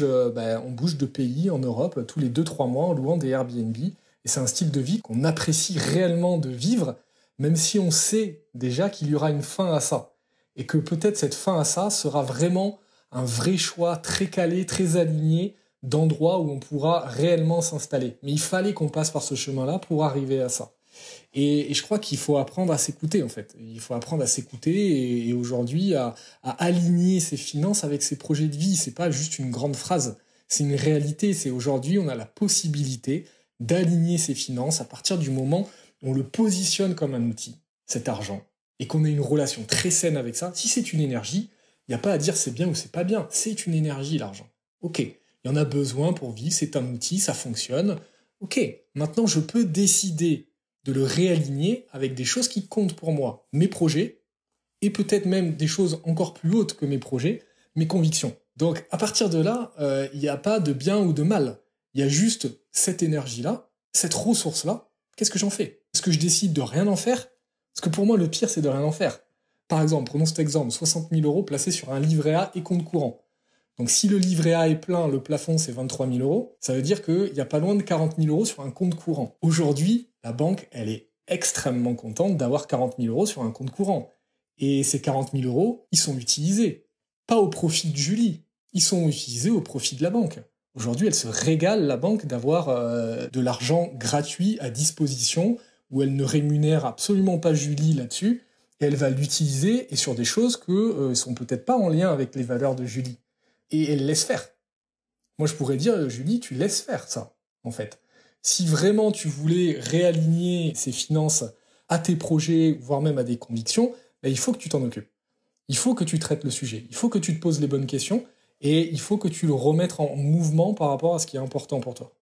de pays en Europe tous les 2-3 mois en louant des Airbnb. Et c'est un style de vie qu'on apprécie réellement de vivre, même si on sait déjà qu'il y aura une fin à ça. Et que peut-être cette fin à ça sera vraiment un vrai choix très calé, très aligné d'endroits où on pourra réellement s'installer. Mais il fallait qu'on passe par ce chemin-là pour arriver à ça. Et je crois qu'il faut apprendre à s'écouter, en fait. Il faut apprendre à s'écouter et aujourd'hui à aligner ses finances avec ses projets de vie. C'est pas juste une grande phrase, c'est une réalité. C'est aujourd'hui, on a la possibilité d'aligner ses finances à partir du moment où on le positionne comme un outil, cet argent, et qu'on a une relation très saine avec ça. Si c'est une énergie, il n'y a pas à dire c'est bien ou c'est pas bien. C'est une énergie, l'argent. Ok, il y en a besoin pour vivre, c'est un outil, ça fonctionne. Ok, maintenant je peux décider de le réaligner avec des choses qui comptent pour moi. Mes projets, et peut-être même des choses encore plus hautes que mes projets, mes convictions. Donc à partir de là, il n'y a pas de bien ou de mal. Il y a juste cette énergie-là, cette ressource-là. Qu'est-ce que j'en fais? Est-ce que je décide de rien en faire? Parce que pour moi, le pire, c'est de rien en faire. Par exemple, prenons cet exemple, 60 000 € placés sur un livret A et compte courant. Donc si le livret A est plein, le plafond, c'est 23 000 €, ça veut dire qu'il n'y a pas loin de 40 000 € sur un compte courant. Aujourd'hui, la banque, elle est extrêmement contente d'avoir 40 000 € sur un compte courant. Et ces 40 000 €, ils sont utilisés. Pas au profit de Julie, ils sont utilisés au profit de la banque. Aujourd'hui, elle se régale, la banque, d'avoir de l'argent gratuit à disposition, où elle ne rémunère absolument pas Julie là-dessus, et elle va l'utiliser et sur des choses qui ne sont peut-être pas en lien avec les valeurs de Julie. Et elle laisse faire. Moi, je pourrais dire, Julie, tu laisses faire ça, en fait. Si vraiment tu voulais réaligner ces finances à tes projets, voire même à des convictions, ben, il faut que tu t'en occupes. Il faut que tu traites le sujet. Il faut que tu te poses les bonnes questions. Et il faut que tu le remettes en mouvement par rapport à ce qui est important pour toi.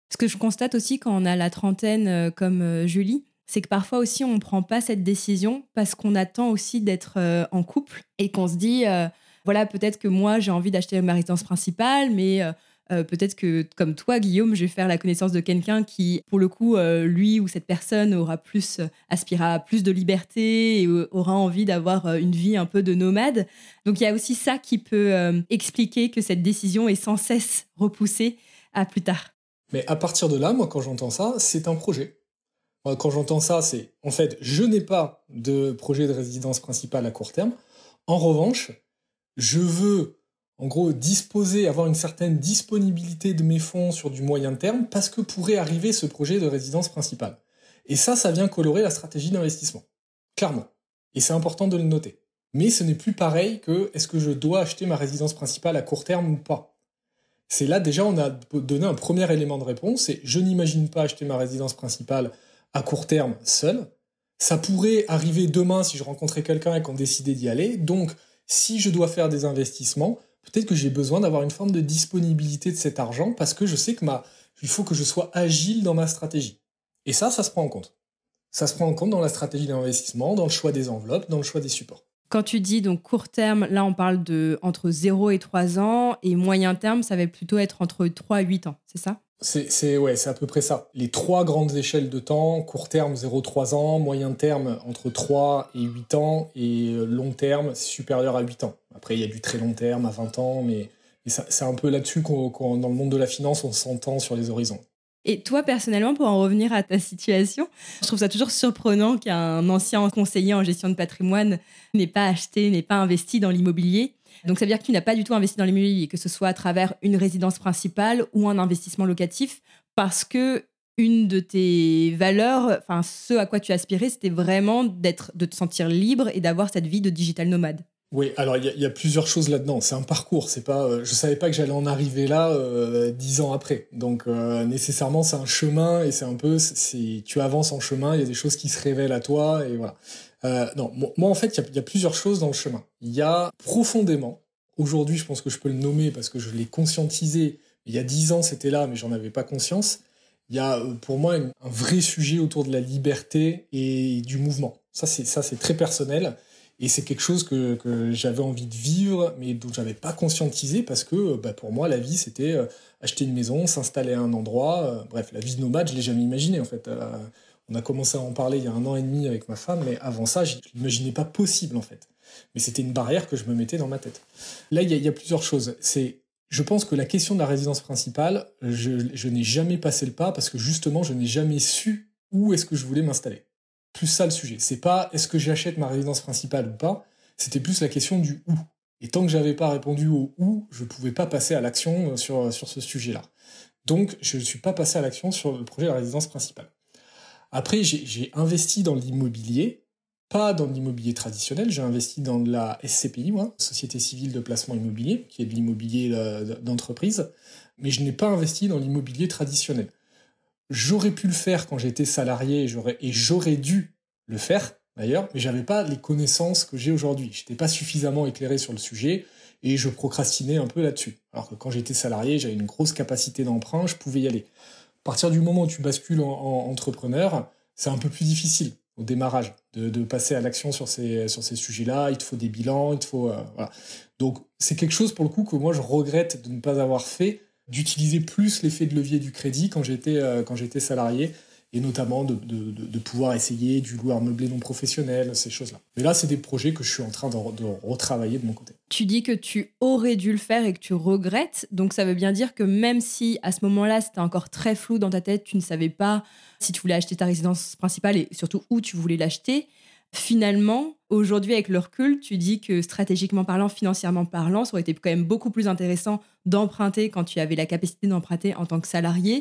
Ce que je constate aussi quand on a la trentaine comme Julie, c'est que parfois aussi on ne prend pas cette décision parce qu'on attend aussi d'être en couple et qu'on se dit, voilà, peut-être que moi j'ai envie d'acheter ma résidence principale, mais peut-être que comme toi, Guillaume, je vais faire la connaissance de quelqu'un qui, pour le coup, lui ou cette personne aspirera à plus de liberté et aura envie d'avoir une vie un peu de nomade. Donc il y a aussi ça qui peut expliquer que cette décision est sans cesse repoussée à plus tard. Mais à partir de là, moi, quand j'entends ça, c'est un projet. Moi, quand j'entends ça, c'est, en fait, je n'ai pas de projet de résidence principale à court terme. En revanche, je veux, en gros, avoir une certaine disponibilité de mes fonds sur du moyen terme parce que pourrait arriver ce projet de résidence principale. Et ça vient colorer la stratégie d'investissement. Clairement. Et c'est important de le noter. Mais ce n'est plus pareil que est-ce que je dois acheter ma résidence principale à court terme ou pas. C'est là, déjà, on a donné un premier élément de réponse, c'est je n'imagine pas acheter ma résidence principale à court terme seul. Ça pourrait arriver demain si je rencontrais quelqu'un et qu'on décidait d'y aller. Donc, si je dois faire des investissements, peut-être que j'ai besoin d'avoir une forme de disponibilité de cet argent parce que je sais il faut que je sois agile dans ma stratégie. Et ça se prend en compte. Ça se prend en compte dans la stratégie d'investissement, dans le choix des enveloppes, dans le choix des supports. Quand tu dis donc court terme, là on parle de entre 0 et 3 ans, et moyen terme, ça va plutôt être entre 3 et 8 ans, c'est ça ? C'est à peu près ça. Les 3 grandes échelles de temps, court terme 0-3 ans, moyen terme entre 3 et 8 ans, et long terme c'est supérieur à 8 ans. Après il y a du très long terme à 20 ans, mais c'est un peu là-dessus dans le monde de la finance on s'entend sur les horizons. Et toi, personnellement, pour en revenir à ta situation, je trouve ça toujours surprenant qu'un ancien conseiller en gestion de patrimoine n'ait pas acheté, n'ait pas investi dans l'immobilier. Donc, ça veut dire que tu n'as pas du tout investi dans l'immobilier, que ce soit à travers une résidence principale ou un investissement locatif, parce que une de tes valeurs, enfin, ce à quoi tu aspirais, c'était vraiment de te sentir libre et d'avoir cette vie de digital nomade. Oui, alors il y a plusieurs choses là-dedans. C'est un parcours, c'est pas. Je savais pas que j'allais en arriver là 10 ans après. Donc nécessairement c'est un chemin et c'est un peu, tu avances en chemin. Il y a des choses qui se révèlent à toi et voilà. Non, moi en fait il y a plusieurs choses dans le chemin. Il y a profondément. Aujourd'hui, je pense que je peux le nommer parce que je l'ai conscientisé. Il y a 10 ans c'était là, mais j'en avais pas conscience. Il y a pour moi un vrai sujet autour de la liberté et du mouvement. Ça c'est très personnel. Et c'est quelque chose que j'avais envie de vivre, mais dont j'avais pas conscientisé parce que pour moi, la vie, c'était acheter une maison, s'installer à un endroit. Bref, la vie de nomade, je l'ai jamais imaginée en fait. On a commencé à en parler il y a 1 an et demi avec ma femme, mais avant ça, je l'imaginais pas possible en fait. Mais c'était une barrière que je me mettais dans ma tête. Là, il y a plusieurs choses. Je pense que la question de la résidence principale, je n'ai jamais passé le pas parce que justement, je n'ai jamais su où est-ce que je voulais m'installer. Plus ça le sujet. C'est pas est-ce que j'achète ma résidence principale ou pas, c'était plus la question du où. Et tant que j'avais pas répondu au où, je pouvais pas passer à l'action sur ce sujet-là. Donc je ne suis pas passé à l'action sur le projet de la résidence principale. Après, j'ai investi dans l'immobilier, pas dans l'immobilier traditionnel, j'ai investi dans la SCPI, moi, Société Civile de Placement Immobilier, qui est de l'immobilier d'entreprise, mais je n'ai pas investi dans l'immobilier traditionnel. J'aurais pu le faire quand j'étais salarié et j'aurais dû le faire d'ailleurs, mais j'avais pas les connaissances que j'ai aujourd'hui. J'étais pas suffisamment éclairé sur le sujet et je procrastinais un peu là-dessus. Alors que quand j'étais salarié, j'avais une grosse capacité d'emprunt, je pouvais y aller. À partir du moment où tu bascules en entrepreneur, c'est un peu plus difficile au démarrage de passer à l'action sur ces sujets-là. Il te faut des bilans, il te faut voilà. Donc c'est quelque chose pour le coup que moi je regrette de ne pas avoir fait, d'utiliser plus l'effet de levier du crédit quand j'étais salarié, et notamment de pouvoir essayer du loueur meublé non professionnel, ces choses-là. Mais là, c'est des projets que je suis en train de retravailler de mon côté. Tu dis que tu aurais dû le faire et que tu regrettes, donc ça veut bien dire que même si à ce moment-là, c'était encore très flou dans ta tête, tu ne savais pas si tu voulais acheter ta résidence principale et surtout où tu voulais l'acheter, finalement, aujourd'hui, avec le recul, tu dis que stratégiquement parlant, financièrement parlant, ça aurait été quand même beaucoup plus intéressant d'emprunter quand tu avais la capacité d'emprunter en tant que salarié,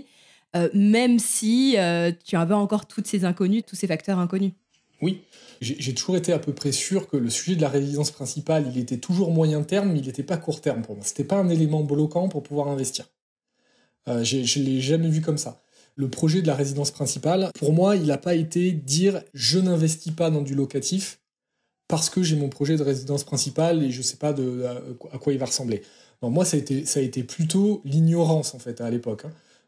même si tu avais encore toutes ces inconnues, tous ces facteurs inconnus. Oui, j'ai toujours été à peu près sûr que le sujet de la résidence principale, il était toujours moyen terme, mais il n'était pas court terme pour moi. C'était pas un élément bloquant pour pouvoir investir. Je l'ai jamais vu comme ça. Le projet de la résidence principale, pour moi, il n'a pas été dire « je n'investis pas dans du locatif parce que j'ai mon projet de résidence principale et je ne sais pas à quoi il va ressembler ». Non, moi, ça a été plutôt l'ignorance, en fait, à l'époque.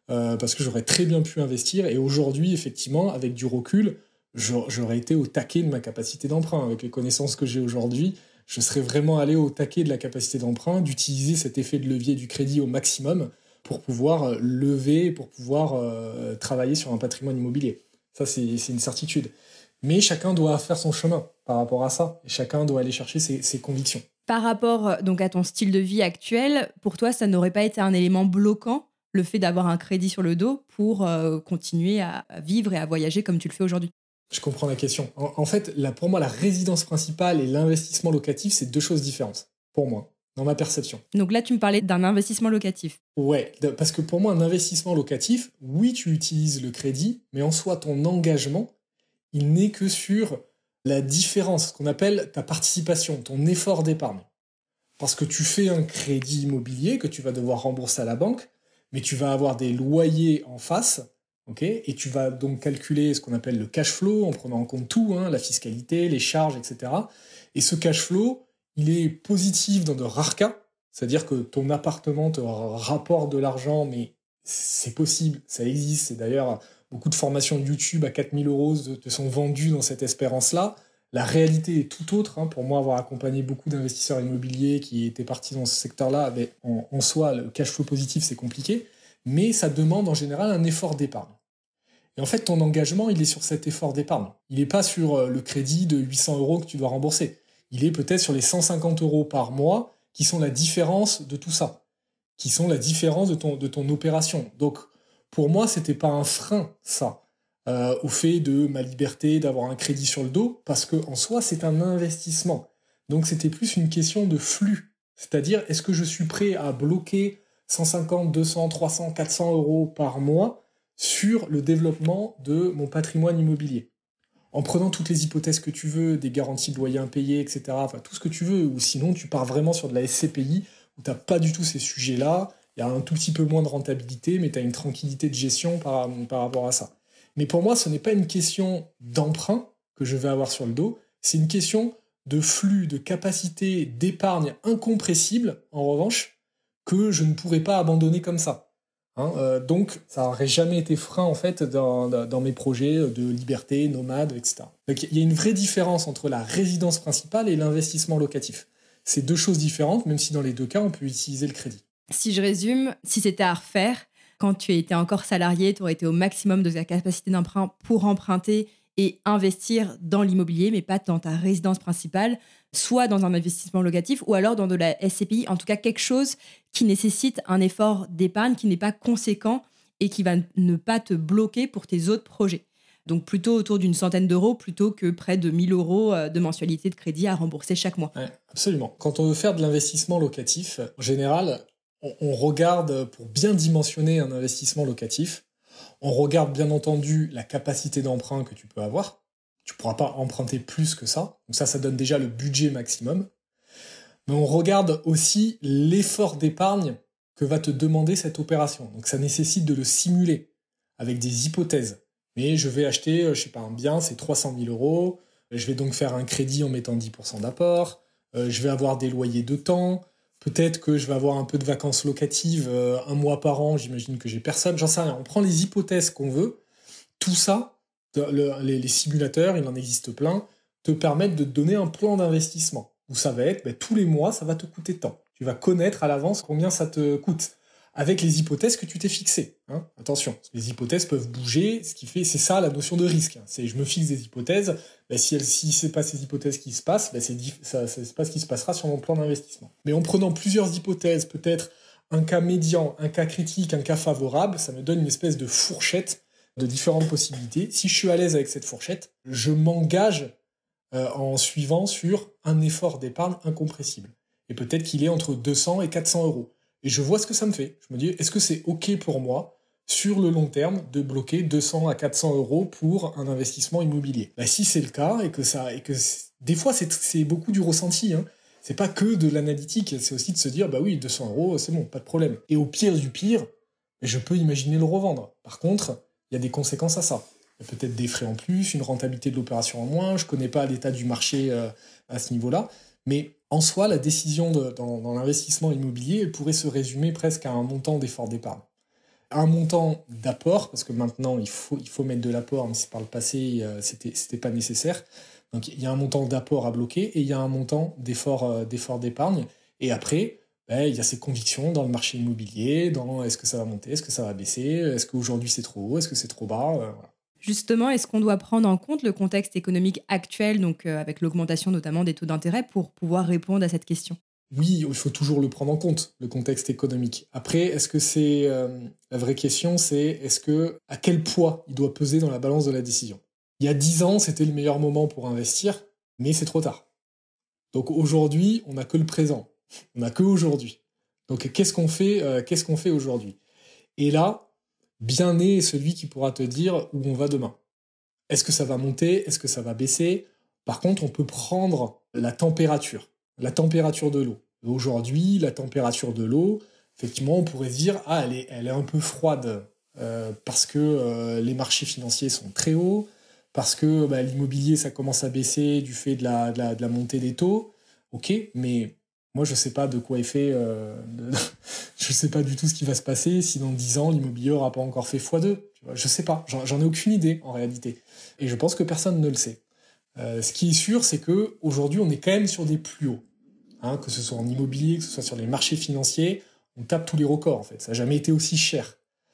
parce que j'aurais très bien pu investir. Et aujourd'hui, effectivement, avec du recul, j'aurais été au taquet de ma capacité d'emprunt. Avec les connaissances que j'ai aujourd'hui, je serais vraiment allé au taquet de la capacité d'emprunt, d'utiliser cet effet de levier du crédit au maximum pour pouvoir lever, pour pouvoir travailler sur un patrimoine immobilier. Ça, c'est une certitude. Mais chacun doit faire son chemin par rapport à ça. Et chacun doit aller chercher ses convictions. Par rapport donc à ton style de vie actuel, pour toi, ça n'aurait pas été un élément bloquant, le fait d'avoir un crédit sur le dos pour continuer à vivre et à voyager comme tu le fais aujourd'hui? Je comprends la question. En fait, pour moi, la résidence principale et l'investissement locatif, c'est deux choses différentes. Pour moi, dans ma perception. Donc là, tu me parlais d'un investissement locatif. Ouais, parce que pour moi, un investissement locatif, oui, tu utilises le crédit, mais en soi, ton engagement, il n'est que sur la différence, ce qu'on appelle ta participation, ton effort d'épargne. Parce que tu fais un crédit immobilier que tu vas devoir rembourser à la banque, mais tu vas avoir des loyers en face, okay, et tu vas donc calculer ce qu'on appelle le cash flow, en prenant en compte tout, la fiscalité, les charges, etc. Et ce cash flow, il est positif dans de rares cas, c'est-à-dire que ton appartement te rapporte de l'argent, mais c'est possible, ça existe, c'est d'ailleurs... Beaucoup de formations YouTube à 4 000 € te sont vendues dans cette espérance-là. La réalité est tout autre. Pour moi, avoir accompagné beaucoup d'investisseurs immobiliers qui étaient partis dans ce secteur-là, en soi, le cash flow positif, c'est compliqué. Mais ça demande en général un effort d'épargne. Et en fait, ton engagement, il est sur cet effort d'épargne. Il n'est pas sur le crédit de 800 € que tu dois rembourser. Il est peut-être sur les 150 € par mois qui sont la différence de tout ça, qui sont la différence de ton opération. Donc, pour moi, c'était pas un frein, ça, au fait de ma liberté d'avoir un crédit sur le dos, parce qu'en soi, c'est un investissement. Donc, c'était plus une question de flux. C'est-à-dire, est-ce que je suis prêt à bloquer 150, 200, 300, 400 € par mois sur le développement de mon patrimoine immobilier? En prenant toutes les hypothèses que tu veux, des garanties de loyer impayés, etc., enfin, tout ce que tu veux, ou sinon, tu pars vraiment sur de la SCPI, où tu n'as pas du tout ces sujets-là. Il y a un tout petit peu moins de rentabilité, mais tu as une tranquillité de gestion par rapport à ça. Mais pour moi, ce n'est pas une question d'emprunt que je vais avoir sur le dos, c'est une question de flux, de capacité d'épargne incompressible, en revanche, que je ne pourrais pas abandonner comme ça. Donc, ça n'aurait jamais été frein, en fait, dans mes projets de liberté, nomade, etc. Donc, il y a une vraie différence entre la résidence principale et l'investissement locatif. C'est deux choses différentes, même si dans les deux cas, on peut utiliser le crédit. Si je résume, si c'était à refaire, quand tu étais encore salarié, tu aurais été au maximum de ta capacité d'emprunt pour emprunter et investir dans l'immobilier, mais pas dans ta résidence principale, soit dans un investissement locatif ou alors dans de la SCPI, en tout cas quelque chose qui nécessite un effort d'épargne qui n'est pas conséquent et qui va ne pas te bloquer pour tes autres projets. Donc plutôt autour d'une centaine d'euros plutôt que près de 1 000 € de mensualité de crédit à rembourser chaque mois. Ouais, absolument. Quand on veut faire de l'investissement locatif, en général, on regarde, pour bien dimensionner un investissement locatif, on regarde bien entendu la capacité d'emprunt que tu peux avoir. Tu ne pourras pas emprunter plus que ça. Donc ça donne déjà le budget maximum. Mais on regarde aussi l'effort d'épargne que va te demander cette opération. Donc ça nécessite de le simuler avec des hypothèses. Mais je vais acheter, un bien, c'est 300 000 €. Je vais donc faire un crédit en mettant 10% d'apport. Je vais avoir des loyers de temps. Peut-être que je vais avoir un peu de vacances locatives, 1 mois par an, j'imagine que j'ai personne, j'en sais rien. On prend les hypothèses qu'on veut. Tout ça, les simulateurs, il en existe plein, te permettent de te donner un plan d'investissement. Où ça va être, tous les mois, ça va te coûter tant. Tu vas connaître à l'avance combien ça te coûte. Avec les hypothèses que tu t'es fixées. Attention, les hypothèses peuvent bouger, ce qui fait, c'est ça la notion de risque. C'est je me fixe des hypothèses, si c'est pas ces hypothèses qui se passent, c'est pas ce qui se passera sur mon plan d'investissement. Mais en prenant plusieurs hypothèses, peut-être un cas médian, un cas critique, un cas favorable, ça me donne une espèce de fourchette de différentes possibilités. Si je suis à l'aise avec cette fourchette, je m'engage en suivant sur un effort d'épargne incompressible. Et peut-être qu'il est entre 200 et 400 €. Et je vois ce que ça me fait. Je me dis, est-ce que c'est OK pour moi, sur le long terme, de bloquer 200 à 400 € pour un investissement immobilier? Si c'est le cas, des fois, c'est beaucoup du ressenti. C'est pas que de l'analytique, c'est aussi de se dire, oui, 200 €, c'est bon, pas de problème. Et au pire du pire, je peux imaginer le revendre. Par contre, il y a des conséquences à ça. Il y a peut-être des frais en plus, une rentabilité de l'opération en moins, je connais pas l'état du marché à ce niveau-là. Mais en soi, la décision dans l'investissement immobilier, elle pourrait se résumer presque à un montant d'effort d'épargne. un montant d'apport, parce que maintenant il faut mettre de l'apport, mais par le passé c'était pas nécessaire. Donc il y a un montant d'apport à bloquer et il y a un montant d'effort d'épargne. Et après, il y a ces convictions dans le marché immobilier, dans est-ce que ça va monter, est-ce que ça va baisser, est-ce qu'aujourd'hui c'est trop haut, est-ce que c'est trop bas, voilà. Justement, est-ce qu'on doit prendre en compte le contexte économique actuel, donc avec l'augmentation notamment des taux d'intérêt, pour pouvoir répondre à cette question ? Oui, il faut toujours le prendre en compte, le contexte économique. Après, est-ce que c'est la vraie question, c'est à quel poids il doit peser dans la balance de la décision ? Il y a 10 ans, c'était le meilleur moment pour investir, mais c'est trop tard. Donc aujourd'hui, on n'a que le présent. On n'a que aujourd'hui. Donc qu'est-ce qu'on fait aujourd'hui ? Et là, bien né est celui qui pourra te dire où on va demain. Est-ce que ça va monter ? Est-ce que ça va baisser ? Par contre, on peut prendre la température de l'eau. Aujourd'hui, la température de l'eau, effectivement, on pourrait se dire elle est un peu froide parce que les marchés financiers sont très hauts, parce que l'immobilier, ça commence à baisser du fait de la montée des taux. Ok, mais moi, je ne sais pas de quoi est fait... je ne sais pas du tout ce qui va se passer si dans 10 ans, l'immobilier n'aura pas encore fait x2. Je ne sais pas, j'en ai aucune idée en réalité. Et je pense que personne ne le sait. Ce qui est sûr, c'est qu'aujourd'hui, on est quand même sur des plus hauts. Que ce soit en immobilier, que ce soit sur les marchés financiers, on tape tous les records en fait. Ça n'a jamais été aussi cher.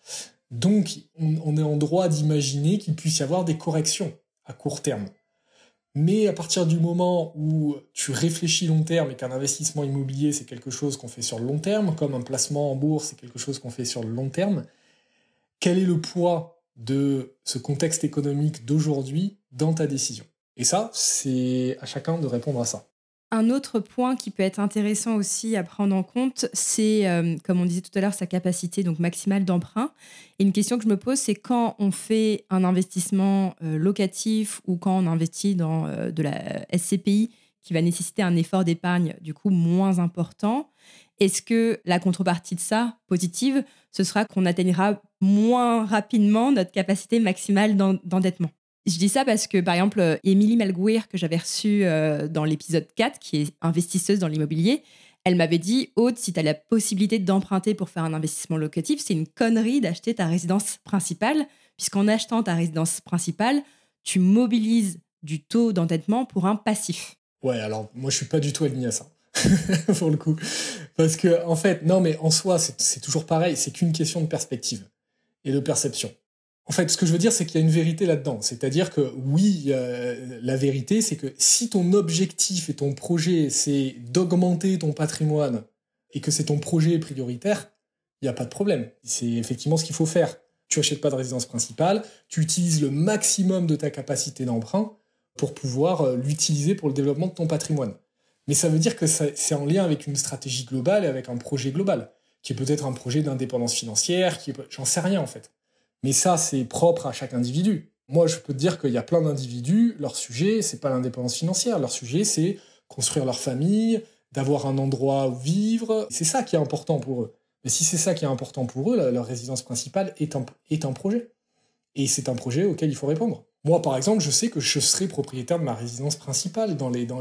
Donc, on est en droit d'imaginer qu'il puisse y avoir des corrections à court terme. Mais à partir du moment où tu réfléchis long terme et qu'un investissement immobilier, c'est quelque chose qu'on fait sur le long terme, comme un placement en bourse, c'est quelque chose qu'on fait sur le long terme, quel est le poids de ce contexte économique d'aujourd'hui dans ta décision ? Et ça, c'est à chacun de répondre à ça. Un autre point qui peut être intéressant aussi à prendre en compte, c'est, comme on disait tout à l'heure, sa capacité donc maximale d'emprunt. Et une question que je me pose, c'est quand on fait un investissement locatif ou quand on investit dans de la SCPI qui va nécessiter un effort d'épargne du coup moins important, est-ce que la contrepartie de ça, positive, ce sera qu'on atteignera moins rapidement notre capacité maximale d'endettement ? Je dis ça parce que, par exemple, Émilie Malgouir, que j'avais reçue dans l'épisode 4, qui est investisseuse dans l'immobilier, elle m'avait dit « Aude, si tu as la possibilité d'emprunter pour faire un investissement locatif, c'est une connerie d'acheter ta résidence principale, puisqu'en achetant ta résidence principale, tu mobilises du taux d'endettement pour un passif. » Ouais, alors moi je suis pas du tout aligné à ça, pour le coup. Parce que, en fait, non mais en soi, c'est toujours pareil, c'est qu'une question de perspective et de perception. En fait, ce que je veux dire, c'est qu'il y a une vérité là-dedans. C'est-à-dire que, oui, la vérité, c'est que si ton objectif et ton projet, c'est d'augmenter ton patrimoine et que c'est ton projet prioritaire, il n'y a pas de problème. C'est effectivement ce qu'il faut faire. Tu n'achètes pas de résidence principale, tu utilises le maximum de ta capacité d'emprunt pour pouvoir l'utiliser pour le développement de ton patrimoine. Mais ça veut dire que c'est en lien avec une stratégie globale et avec un projet global, qui est peut-être un projet d'indépendance financière, j'en sais rien en fait. Mais ça, c'est propre à chaque individu. Moi, je peux te dire qu'il y a plein d'individus, leur sujet, c'est pas l'indépendance financière. Leur sujet, c'est construire leur famille, d'avoir un endroit où vivre. C'est ça qui est important pour eux. Mais si c'est ça qui est important pour eux, leur résidence principale est un projet. Et c'est un projet auquel il faut répondre. Moi, par exemple, je sais que je serai propriétaire de ma résidence principale dans les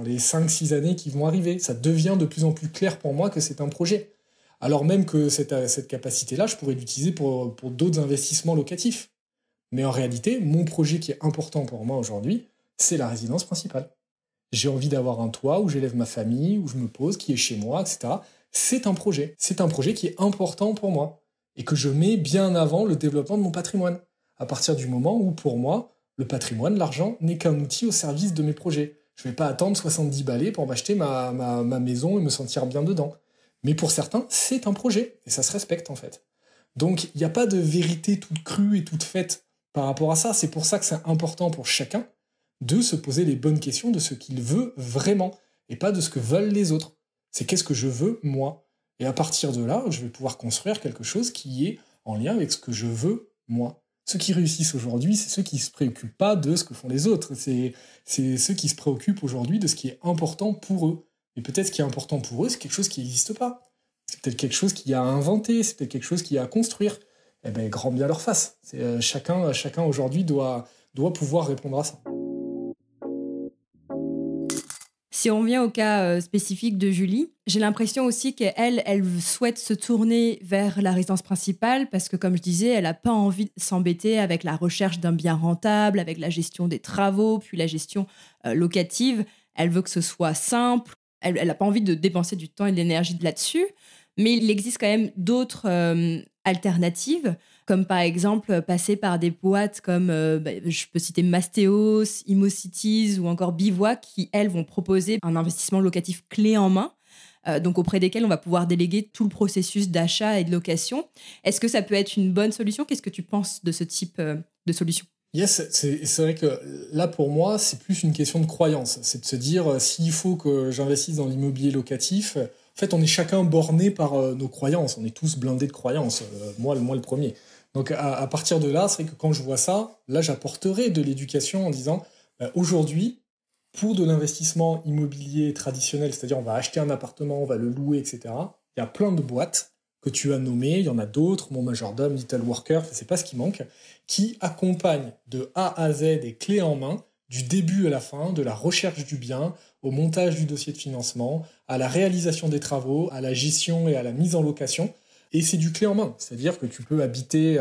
5-6 années qui vont arriver. Ça devient de plus en plus clair pour moi que c'est un projet. Alors même que cette capacité-là, je pourrais l'utiliser pour d'autres investissements locatifs. Mais en réalité, mon projet qui est important pour moi aujourd'hui, c'est la résidence principale. J'ai envie d'avoir un toit où j'élève ma famille, où je me pose, qui est chez moi, etc. C'est un projet. C'est un projet qui est important pour moi et que je mets bien avant le développement de mon patrimoine. À partir du moment où, pour moi, le patrimoine, l'argent, n'est qu'un outil au service de mes projets. Je ne vais pas attendre 70 balais pour m'acheter ma maison et me sentir bien dedans. Mais pour certains, c'est un projet, et ça se respecte en fait. Donc il n'y a pas de vérité toute crue et toute faite par rapport à ça. C'est pour ça que c'est important pour chacun de se poser les bonnes questions de ce qu'il veut vraiment, et pas de ce que veulent les autres. C'est qu'est-ce que je veux moi. Et à partir de là, je vais pouvoir construire quelque chose qui est en lien avec ce que je veux moi. Ceux qui réussissent aujourd'hui, c'est ceux qui ne se préoccupent pas de ce que font les autres. C'est ceux qui se préoccupent aujourd'hui de ce qui est important pour eux. Et peut-être ce qui est important pour eux, c'est quelque chose qui n'existe pas. C'est peut-être quelque chose qu'il y a à inventer, c'est peut-être quelque chose qu'il y a à construire. Eh bien, grand bien leur face. Chacun aujourd'hui doit pouvoir répondre à ça. Si on revient au cas spécifique de Julie, j'ai l'impression aussi qu'elle, elle souhaite se tourner vers la résidence principale parce que, comme je disais, elle n'a pas envie de s'embêter avec la recherche d'un bien rentable, avec la gestion des travaux, puis la gestion locative. Elle veut que ce soit simple. Elle n'a pas envie de dépenser du temps et de l'énergie là-dessus. Mais il existe quand même d'autres alternatives, comme par exemple passer par des boîtes comme, je peux citer Mastéos, ImmoCities ou encore Bivouac, qui, elles, vont proposer un investissement locatif clé en main, donc auprès desquels on va pouvoir déléguer tout le processus d'achat et de location. Est-ce que ça peut être une bonne solution ? Qu'est-ce que tu penses de ce type de solution ? Yes, c'est vrai que là, pour moi, c'est plus une question de croyance. C'est de se dire, s'il faut que j'investisse dans l'immobilier locatif, en fait, on est chacun borné par nos croyances. On est tous blindés de croyances, moi le premier. Donc, à partir de là, c'est vrai que quand je vois ça, là, j'apporterai de l'éducation en disant, aujourd'hui, pour de l'investissement immobilier traditionnel, c'est-à-dire on va acheter un appartement, on va le louer, etc., il y a plein de boîtes que tu as nommées, il y en a d'autres, Mon Majordome, Little Worker, c'est pas ce qui manque, qui accompagnent de A à Z et clé en main, du début à la fin, de la recherche du bien, au montage du dossier de financement, à la réalisation des travaux, à la gestion et à la mise en location. Et c'est du clé en main, c'est-à-dire que tu peux habiter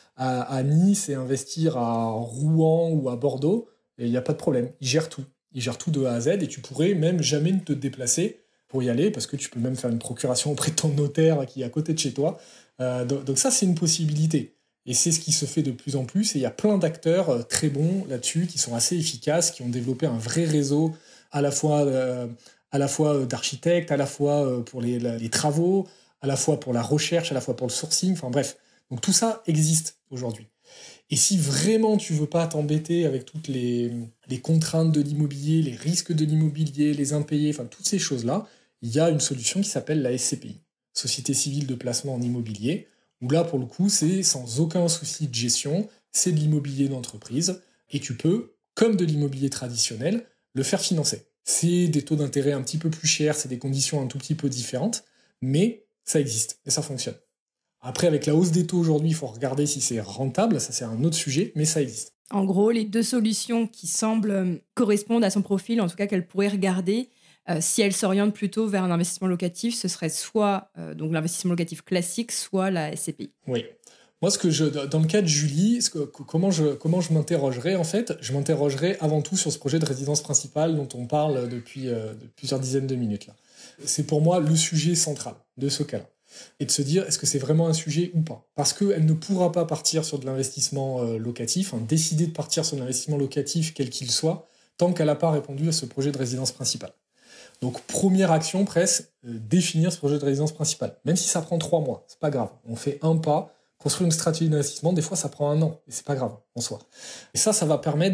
à Nice et investir à Rouen ou à Bordeaux, et il n'y a pas de problème, ils gèrent tout. Ils gèrent tout de A à Z, et tu pourrais même jamais te déplacer pour y aller, parce que tu peux même faire une procuration auprès de ton notaire qui est à côté de chez toi. Donc ça, c'est une possibilité. Et c'est ce qui se fait de plus en plus, et il y a plein d'acteurs très bons là-dessus, qui sont assez efficaces, qui ont développé un vrai réseau, à la fois d'architectes, à la fois pour les travaux, à la fois pour la recherche, à la fois pour le sourcing, enfin bref. Donc tout ça existe aujourd'hui. Et si vraiment tu veux pas t'embêter avec toutes les contraintes de l'immobilier, les risques de l'immobilier, les impayés, enfin toutes ces choses-là, il y a une solution qui s'appelle la SCPI, Société Civile de Placement en Immobilier, où là, pour le coup, c'est sans aucun souci de gestion, c'est de l'immobilier d'entreprise, et tu peux, comme de l'immobilier traditionnel, le faire financer. C'est des taux d'intérêt un petit peu plus chers, c'est des conditions un tout petit peu différentes, mais ça existe, et ça fonctionne. Après, avec la hausse des taux aujourd'hui, il faut regarder si c'est rentable, ça c'est un autre sujet, mais ça existe. En gros, les deux solutions qui semblent correspondre à son profil, en tout cas qu'elle pourrait regarder, si elle s'oriente plutôt vers un investissement locatif, ce serait soit donc l'investissement locatif classique, soit la SCPI. Oui. Moi, dans le cas de Julie, comment je m'interrogerais, en fait, je m'interrogerais avant tout sur ce projet de résidence principale dont on parle depuis plusieurs dizaines de minutes. Là. C'est pour moi le sujet central de ce cas-là. Et de se dire, est-ce que c'est vraiment un sujet ou pas ? Parce qu'elle ne pourra pas partir sur de l'investissement locatif, décider de partir sur de l'investissement locatif, quel qu'il soit, tant qu'elle n'a pas répondu à ce projet de résidence principale. Donc, première action, presque, définir ce projet de résidence principale. Même si ça prend 3 mois, c'est pas grave. On fait un pas, construire une stratégie d'investissement, des fois ça prend 1 an, et c'est pas grave en soi. Et ça va permettre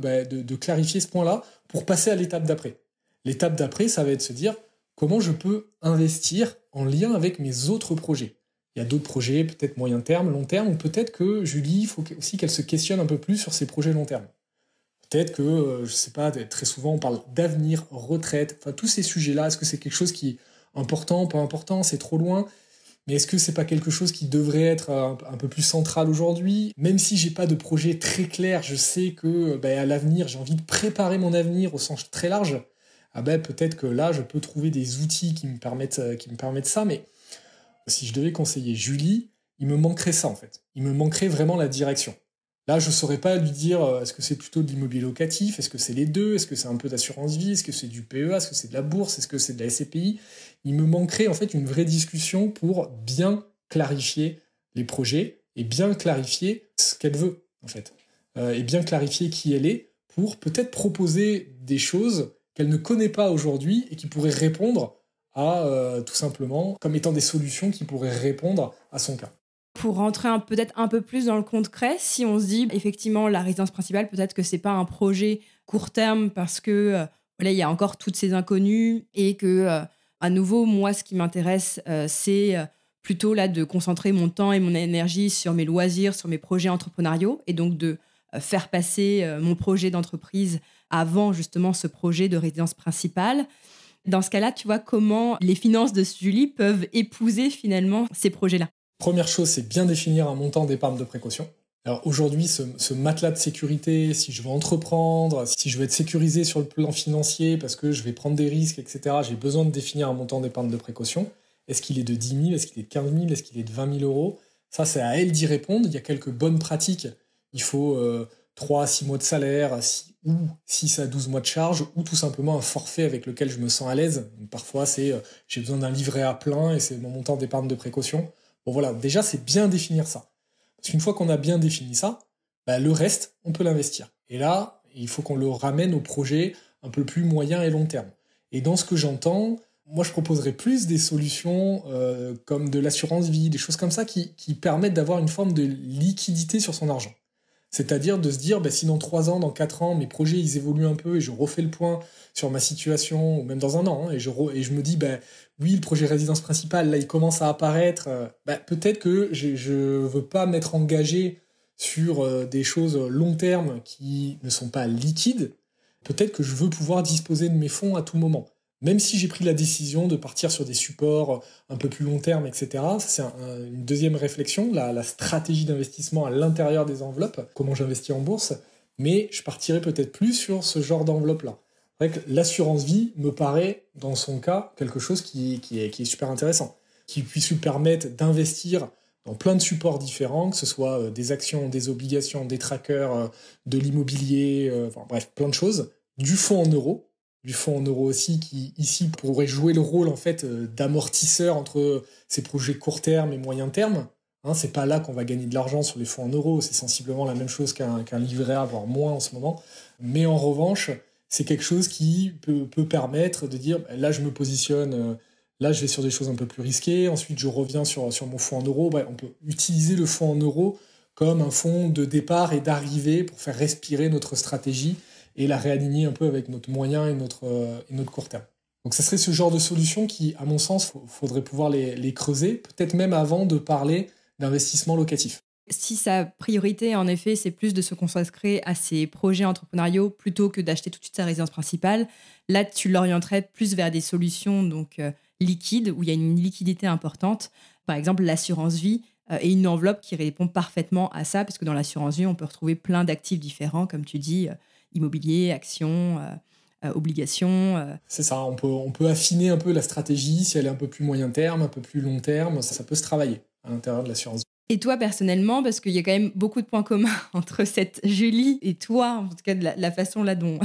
de clarifier ce point-là pour passer à l'étape d'après. L'étape d'après, ça va être de se dire, comment je peux investir en lien avec mes autres projets ? Il y a d'autres projets, peut-être moyen terme, long terme, ou peut-être que Julie, il faut aussi qu'elle se questionne un peu plus sur ses projets long terme. Peut-être que, je sais pas, très souvent on parle d'avenir, retraite, enfin tous ces sujets-là, est-ce que c'est quelque chose qui est important, pas important, c'est trop loin ? Mais est-ce que c'est pas quelque chose qui devrait être un peu plus central aujourd'hui ? Même si j'ai pas de projet très clair, je sais que à l'avenir, j'ai envie de préparer mon avenir au sens très large. Peut-être que là, je peux trouver des outils qui me permettent ça, mais si je devais conseiller Julie, il me manquerait ça, en fait. Il me manquerait vraiment la direction. Là, je ne saurais pas lui dire, est-ce que c'est plutôt de l'immobilier locatif ? Est-ce que c'est les deux ? Est-ce que c'est un peu d'assurance vie ? Est-ce que c'est du PEA ? Est-ce que c'est de la bourse ? Est-ce que c'est de la SCPI ? Il me manquerait, en fait, une vraie discussion pour bien clarifier les projets et bien clarifier ce qu'elle veut, en fait. Et bien clarifier qui elle est pour peut-être proposer des choses qu'elle ne connaît pas aujourd'hui et qui pourraient répondre à, tout simplement, comme étant des solutions qui pourraient répondre à son cas. Pour rentrer peut-être un peu plus dans le concret, si on se dit effectivement la résidence principale, peut-être que c'est pas un projet court terme parce que il y a encore toutes ces inconnues et que à nouveau moi ce qui m'intéresse c'est plutôt là de concentrer mon temps et mon énergie sur mes loisirs, sur mes projets entrepreneuriaux et donc de faire passer mon projet d'entreprise avant justement ce projet de résidence principale. Dans ce cas-là, tu vois comment les finances de Julie peuvent épouser finalement ces projets-là. Première chose, c'est bien définir un montant d'épargne de précaution. Alors aujourd'hui, ce matelas de sécurité, si je veux entreprendre, si je veux être sécurisé sur le plan financier parce que je vais prendre des risques, etc., j'ai besoin de définir un montant d'épargne de précaution. Est-ce qu'il est de 10 000? Est-ce qu'il est de 15 000? Est-ce qu'il est de 20 000 euros? Ça, c'est à elle d'y répondre. Il y a quelques bonnes pratiques. Il faut 3 à 6 mois de salaire, ou 6 à 12 mois de charge, ou tout simplement un forfait avec lequel je me sens à l'aise. Parfois, c'est j'ai besoin d'un livret A plein et c'est mon montant d'épargne de précaution. Bon voilà, déjà, c'est bien définir ça. Parce qu'une fois qu'on a bien défini ça, le reste, on peut l'investir. Et là, il faut qu'on le ramène au projet un peu plus moyen et long terme. Et dans ce que j'entends, moi, je proposerais plus des solutions comme de l'assurance vie, des choses comme ça qui permettent d'avoir une forme de liquidité sur son argent. C'est-à-dire de se dire, si dans 3 ans, dans 4 ans, mes projets, ils évoluent un peu et je refais le point sur ma situation, ou même dans un an, et je me dis, oui, le projet résidence principale, là, il commence à apparaître, peut-être que je veux pas m'être engagé sur des choses long terme qui ne sont pas liquides. Peut-être que je veux pouvoir disposer de mes fonds à tout moment. Même si j'ai pris la décision de partir sur des supports un peu plus long terme, etc., ça, c'est une deuxième réflexion, la stratégie d'investissement à l'intérieur des enveloppes, comment j'investis en bourse, mais je partirai peut-être plus sur ce genre d'enveloppe-là. C'est vrai que l'assurance vie me paraît, dans son cas, quelque chose qui est super intéressant, qui puisse lui permettre d'investir dans plein de supports différents, que ce soit des actions, des obligations, des trackers, de l'immobilier, bref, plein de choses, du fonds en euros aussi, qui ici pourrait jouer le rôle en fait d'amortisseur entre ces projets court terme et moyen terme. C'est pas là qu'on va gagner de l'argent sur les fonds en euros, c'est sensiblement la même chose qu'un livret A, voire moins en ce moment. Mais en revanche, c'est quelque chose qui peut permettre de dire, là je me positionne, là je vais sur des choses un peu plus risquées, ensuite je reviens sur mon fonds en euros. On peut utiliser le fonds en euros comme un fonds de départ et d'arrivée pour faire respirer notre stratégie et la réaligner un peu avec notre moyen et notre court terme. Donc ça serait ce genre de solution qui, à mon sens, faudrait pouvoir les creuser, peut-être même avant de parler d'investissement locatif. Si sa priorité, en effet, c'est plus de se consacrer à ses projets entrepreneuriaux plutôt que d'acheter tout de suite sa résidence principale, là, tu l'orienterais plus vers des solutions donc liquides, où il y a une liquidité importante. Par exemple, l'assurance vie et une enveloppe qui répond parfaitement à ça, parce que dans l'assurance vie, on peut retrouver plein d'actifs différents, comme tu dis, immobilier, actions, obligations. C'est ça, on peut affiner un peu la stratégie, si elle est un peu plus moyen terme, un peu plus long terme, ça peut se travailler à l'intérieur de l'assurance. Et toi, personnellement, parce qu'il y a quand même beaucoup de points communs entre cette Julie et toi, en tout cas de la façon là dont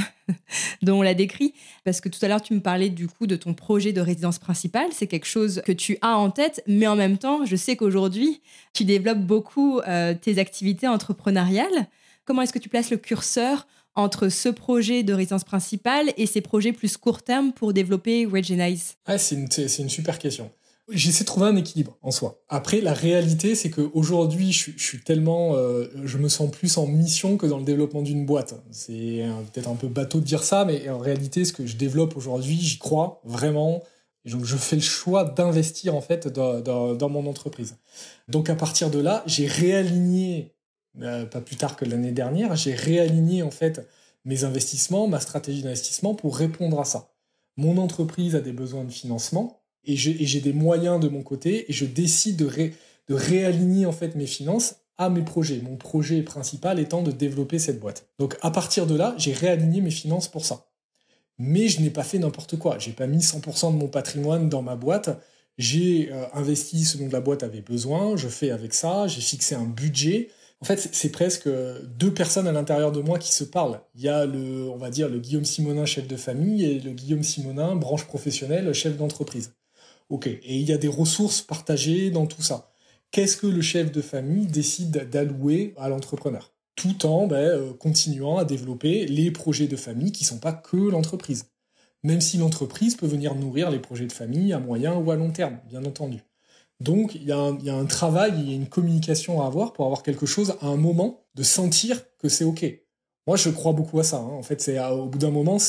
on l'a décrit, parce que tout à l'heure, tu me parlais du coup de ton projet de résidence principale, c'est quelque chose que tu as en tête, mais en même temps, je sais qu'aujourd'hui, tu développes beaucoup tes activités entrepreneuriales. Comment est-ce que tu places le curseur entre ce projet de résidence principale et ces projets plus court terme pour développer Regenize? C'est une super question. J'essaie de trouver un équilibre en soi. Après, la réalité, c'est qu'aujourd'hui, je suis tellement... je me sens plus en mission que dans le développement d'une boîte. C'est peut-être un peu bateau de dire ça, mais en réalité, ce que je développe aujourd'hui, j'y crois vraiment. Et donc, je fais le choix d'investir en fait dans mon entreprise. Donc, à partir de là, j'ai réaligné, pas plus tard que l'année dernière, j'ai réaligné en fait mes investissements, ma stratégie d'investissement pour répondre à ça. Mon entreprise a des besoins de financement, et j'ai des moyens de mon côté, et je décide de réaligner en fait mes finances à mes projets. Mon projet principal étant de développer cette boîte. Donc à partir de là, j'ai réaligné mes finances pour ça. Mais je n'ai pas fait n'importe quoi. J'ai pas mis 100% de mon patrimoine dans ma boîte. J'ai investi ce dont la boîte avait besoin. Je fais avec ça. J'ai fixé un budget. En fait, c'est presque 2 personnes à l'intérieur de moi qui se parlent. Il y a on va dire, le Guillaume Simonin, chef de famille, et le Guillaume Simonin, branche professionnelle, chef d'entreprise. Ok, et il y a des ressources partagées dans tout ça. Qu'est-ce que le chef de famille décide d'allouer à l'entrepreneur ? Tout en continuant à développer les projets de famille qui ne sont pas que l'entreprise. Même si l'entreprise peut venir nourrir les projets de famille à moyen ou à long terme, bien entendu. Donc, il y a un travail, il y a une communication à avoir pour avoir quelque chose à un moment, de sentir que c'est OK. Moi, je crois beaucoup à ça. En fait, au bout d'un moment,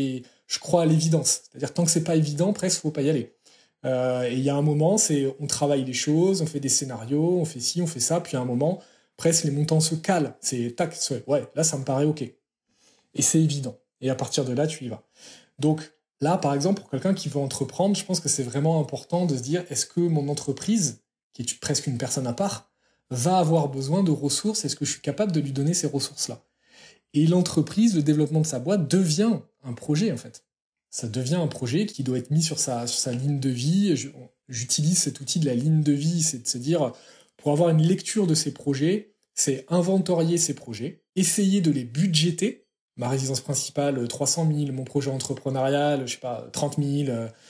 je crois à l'évidence. C'est-à-dire, tant que c'est pas évident, presque, faut pas y aller. Et il y a un moment, on travaille les choses, on fait des scénarios, on fait ci, on fait ça, puis à un moment, presque les montants se calent. Ouais, là, ça me paraît OK. Et c'est évident. Et à partir de là, tu y vas. Donc, là, par exemple, pour quelqu'un qui veut entreprendre, je pense que c'est vraiment important de se dire, est-ce que mon entreprise, qui est presque une personne à part, va avoir besoin de ressources, est-ce que je suis capable de lui donner ces ressources-là? Et l'entreprise, le développement de sa boîte devient un projet, en fait. Ça devient un projet qui doit être mis sur sa ligne de vie. J'utilise cet outil de la ligne de vie, c'est de se dire, pour avoir une lecture de ces projets, c'est inventorier ces projets, essayer de les budgéter. Ma résidence principale, 300 000, mon projet entrepreneurial, 30 000,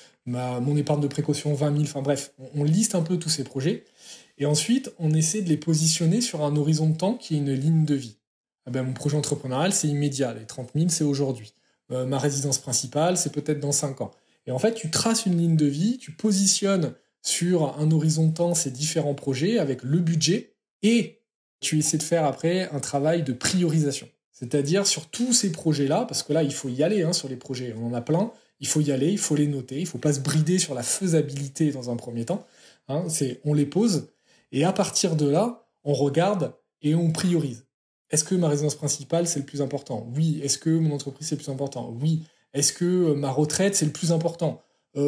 mon épargne de précaution, 20 000, enfin bref, on liste un peu tous ces projets. Et ensuite, on essaie de les positionner sur un horizon de temps qui est une ligne de vie. Mon projet entrepreneurial, c'est immédiat. Les 30 000, c'est aujourd'hui. Ma résidence principale, c'est peut-être dans 5 ans. Et en fait, tu traces une ligne de vie, tu positionnes sur un horizon de temps ces différents projets avec le budget et tu essaies de faire après un travail de priorisation. C'est-à-dire sur tous ces projets-là, parce que là, il faut y aller sur les projets. On en a plein, il faut y aller, il faut les noter, il ne faut pas se brider sur la faisabilité dans un premier temps. On les pose et à partir de là, on regarde et on priorise. Est-ce que ma résidence principale, c'est le plus important? Oui. Est-ce que mon entreprise, c'est le plus important? Oui. Est-ce que ma retraite, c'est le plus important?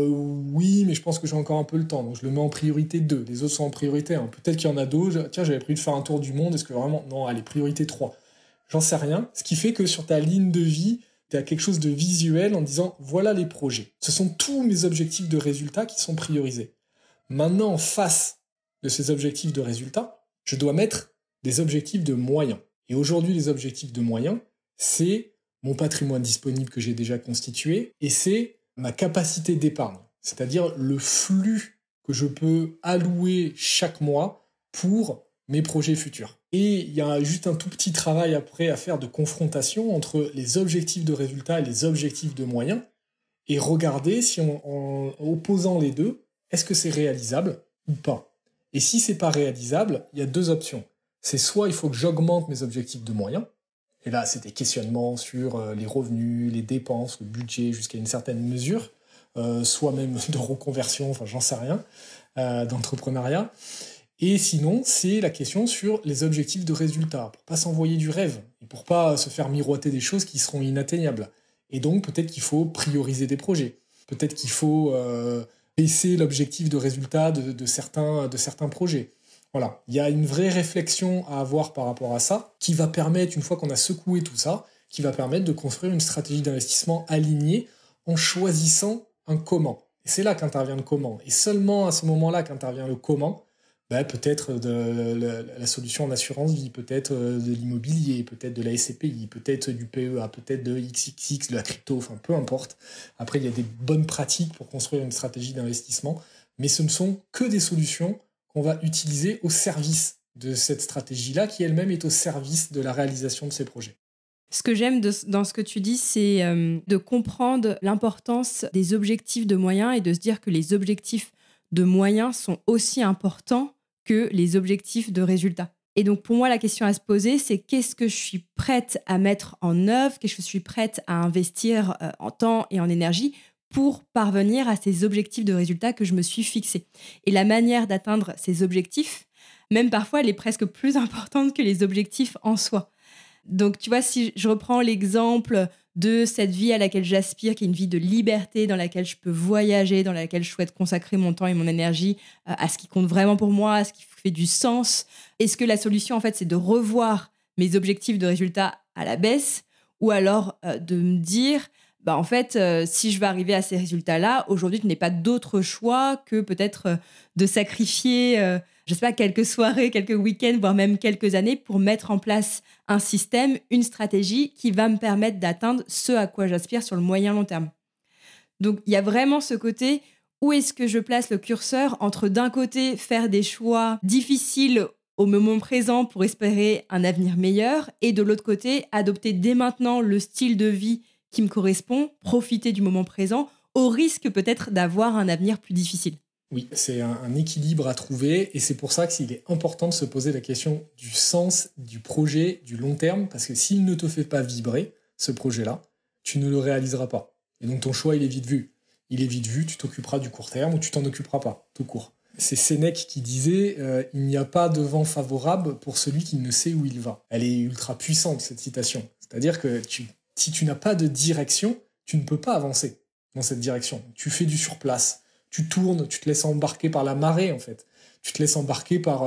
Oui, mais je pense que j'ai encore un peu le temps. Donc, je le mets en priorité 2. Les autres sont en priorité 1. Peut-être qu'il y en a d'autres. Tiens, j'avais prévu de faire un tour du monde. Est-ce que vraiment... Non, allez, priorité 3. J'en sais rien. Ce qui fait que sur ta ligne de vie, tu as quelque chose de visuel en disant, voilà les projets. Ce sont tous mes objectifs de résultats qui sont priorisés. Maintenant, en face de ces objectifs de résultats, je dois mettre des objectifs de moyens. Et aujourd'hui, les objectifs de moyens, c'est mon patrimoine disponible que j'ai déjà constitué et c'est ma capacité d'épargne, c'est-à-dire le flux que je peux allouer chaque mois pour mes projets futurs. Et il y a juste un tout petit travail après à faire de confrontation entre les objectifs de résultats et les objectifs de moyens et regarder si en opposant les deux, est-ce que c'est réalisable ou pas. Et si c'est pas réalisable, il y a 2 options. C'est soit il faut que j'augmente mes objectifs de moyens, et là c'est des questionnements sur les revenus, les dépenses, le budget jusqu'à une certaine mesure, soit même de reconversion, enfin j'en sais rien, d'entrepreneuriat. Et sinon c'est la question sur les objectifs de résultat, pour pas s'envoyer du rêve, et pour pas se faire miroiter des choses qui seront inatteignables. Et donc peut-être qu'il faut prioriser des projets, peut-être qu'il faut baisser l'objectif de résultat de certains projets. Voilà, il y a une vraie réflexion à avoir par rapport à ça, qui va permettre, une fois qu'on a secoué tout ça, qui va permettre de construire une stratégie d'investissement alignée en choisissant un comment. Et c'est là qu'intervient le comment. Et seulement à ce moment-là qu'intervient le comment, peut-être de la solution en assurance vie, peut-être de l'immobilier, peut-être de la SCPI, peut-être du PEA, peut-être de XXX, de la crypto, enfin peu importe. Après, il y a des bonnes pratiques pour construire une stratégie d'investissement, mais ce ne sont que des solutions qu'on va utiliser au service de cette stratégie-là, qui elle-même est au service de la réalisation de ces projets. Ce que j'aime dans ce que tu dis, c'est de comprendre l'importance des objectifs de moyens et de se dire que les objectifs de moyens sont aussi importants que les objectifs de résultats. Et donc, pour moi, la question à se poser, c'est qu'est-ce que je suis prête à mettre en œuvre, qu'est-ce que je suis prête à investir en temps et en énergie pour parvenir à ces objectifs de résultats que je me suis fixés. Et la manière d'atteindre ces objectifs, même parfois, elle est presque plus importante que les objectifs en soi. Donc, tu vois, si je reprends l'exemple de cette vie à laquelle j'aspire, qui est une vie de liberté, dans laquelle je peux voyager, dans laquelle je souhaite consacrer mon temps et mon énergie à ce qui compte vraiment pour moi, à ce qui fait du sens. Est-ce que la solution, en fait, c'est de revoir mes objectifs de résultats à la baisse ou alors de me dire... en fait, si je veux arriver à ces résultats-là, aujourd'hui, tu n'as pas d'autre choix que peut-être de sacrifier, je sais pas, quelques soirées, quelques week-ends, voire même quelques années pour mettre en place un système, une stratégie qui va me permettre d'atteindre ce à quoi j'aspire sur le moyen long terme. Donc, il y a vraiment ce côté, où est-ce que je place le curseur entre d'un côté, faire des choix difficiles au moment présent pour espérer un avenir meilleur et de l'autre côté, adopter dès maintenant le style de vie qui me correspond, profiter du moment présent, au risque peut-être d'avoir un avenir plus difficile. Oui, c'est un équilibre à trouver et c'est pour ça qu'il est important de se poser la question du sens du projet du long terme, parce que s'il ne te fait pas vibrer, ce projet-là, tu ne le réaliseras pas. Et donc ton choix, il est vite vu. Il est vite vu, tu t'occuperas du court terme ou tu t'en occuperas pas, tout court. C'est Sénèque qui disait « Il n'y a pas de vent favorable pour celui qui ne sait où il va ». Elle est ultra puissante, cette citation. C'est-à-dire que si tu n'as pas de direction, tu ne peux pas avancer dans cette direction. Tu fais du surplace. Tu tournes, tu te laisses embarquer par la marée, en fait. Tu te laisses embarquer par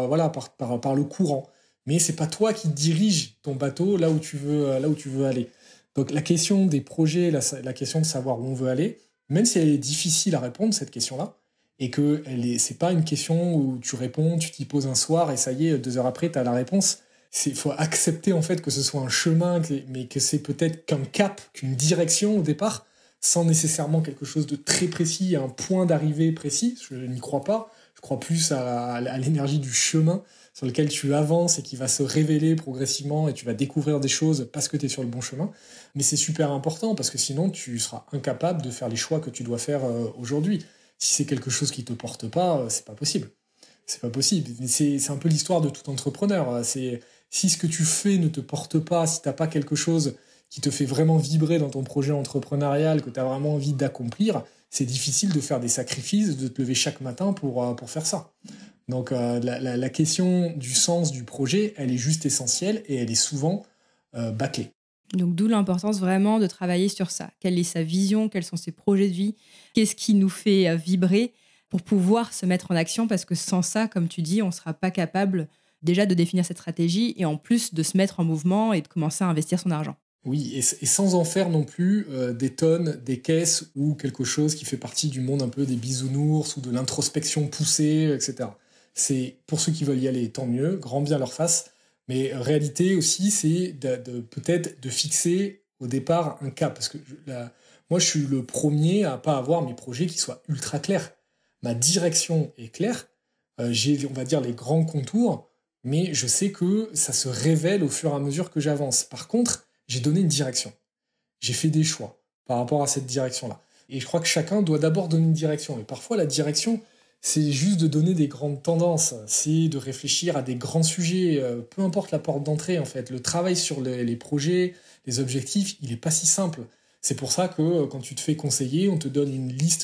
le courant. Mais c'est pas toi qui dirige ton bateau là où tu veux aller. Donc la question des projets, la question de savoir où on veut aller, même si elle est difficile à répondre, cette question-là, et que c'est pas une question où tu réponds, tu t'y poses un soir et ça y est, 2 heures après, tu as la réponse. Il faut accepter en fait que ce soit un chemin, mais que c'est peut-être qu'un cap, qu'une direction au départ, sans nécessairement quelque chose de très précis, un point d'arrivée précis. Je n'y crois pas. Je crois plus à l'énergie du chemin sur lequel tu avances et qui va se révéler progressivement et tu vas découvrir des choses parce que tu es sur le bon chemin. Mais c'est super important parce que sinon tu seras incapable de faire les choix que tu dois faire aujourd'hui. Si c'est quelque chose qui te porte pas, c'est pas possible. C'est pas possible. C'est un peu l'histoire de tout entrepreneur. Si ce que tu fais ne te porte pas, si t'as pas quelque chose qui te fait vraiment vibrer dans ton projet entrepreneurial, que tu as vraiment envie d'accomplir, c'est difficile de faire des sacrifices, de te lever chaque matin pour faire ça. Donc la question du sens du projet, elle est juste essentielle et elle est souvent bâclée. Donc d'où l'importance vraiment de travailler sur ça. Quelle est sa vision, quels sont ses projets de vie, qu'est-ce qui nous fait vibrer pour pouvoir se mettre en action, parce que sans ça, comme tu dis, on ne sera pas capable déjà de définir cette stratégie et en plus de se mettre en mouvement et de commencer à investir son argent. Oui, et sans en faire non plus des tonnes, des caisses ou quelque chose qui fait partie du monde un peu des bisounours ou de l'introspection poussée, etc. C'est pour ceux qui veulent y aller, tant mieux, grand bien leur face. Mais réalité aussi, c'est peut-être de fixer au départ un cap. Parce que moi, je suis le premier à pas avoir mes projets qui soient ultra clairs. Ma direction est claire. J'ai, on va dire, les grands contours, mais je sais que ça se révèle au fur et à mesure que j'avance. Par contre, j'ai donné une direction. J'ai fait des choix par rapport à cette direction-là. Et je crois que chacun doit d'abord donner une direction. Et parfois, la direction, c'est juste de donner des grandes tendances. C'est de réfléchir à des grands sujets. Peu importe la porte d'entrée, en fait. Le travail sur les projets, les objectifs, il n'est pas si simple. C'est pour ça que quand tu te fais conseiller, on te donne une liste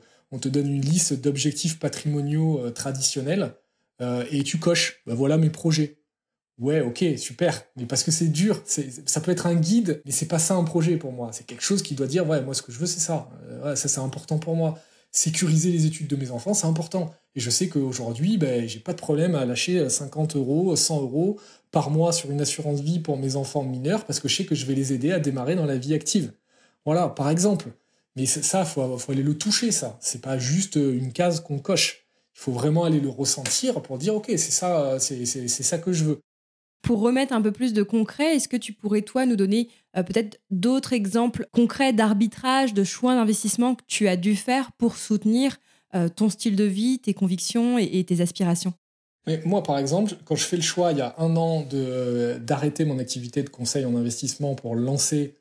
d'objectifs patrimoniaux traditionnels et tu coches. Ben voilà mes projets. Ouais, ok, super, mais parce que c'est dur, ça peut être un guide, mais c'est pas ça un projet pour moi. C'est quelque chose qui doit dire, ouais, moi ce que je veux c'est ça, ouais, ça c'est important pour moi. Sécuriser les études de mes enfants, c'est important. Et je sais qu'aujourd'hui, j'ai pas de problème à lâcher 50 €, 100 € par mois sur une assurance vie pour mes enfants mineurs, parce que je sais que je vais les aider à démarrer dans la vie active. Voilà, par exemple. Mais ça, faut aller le toucher, ça. C'est pas juste une case qu'on coche. Il faut vraiment aller le ressentir pour dire, ok, c'est ça, c'est ça que je veux. Pour remettre un peu plus de concret, est-ce que tu pourrais, toi, nous donner peut-être d'autres exemples concrets d'arbitrage, de choix d'investissement que tu as dû faire pour soutenir ton style de vie, tes convictions et tes aspirations? Mais moi, par exemple, quand je fais le choix, il y a 1 an, d'arrêter mon activité de conseil en investissement pour lancer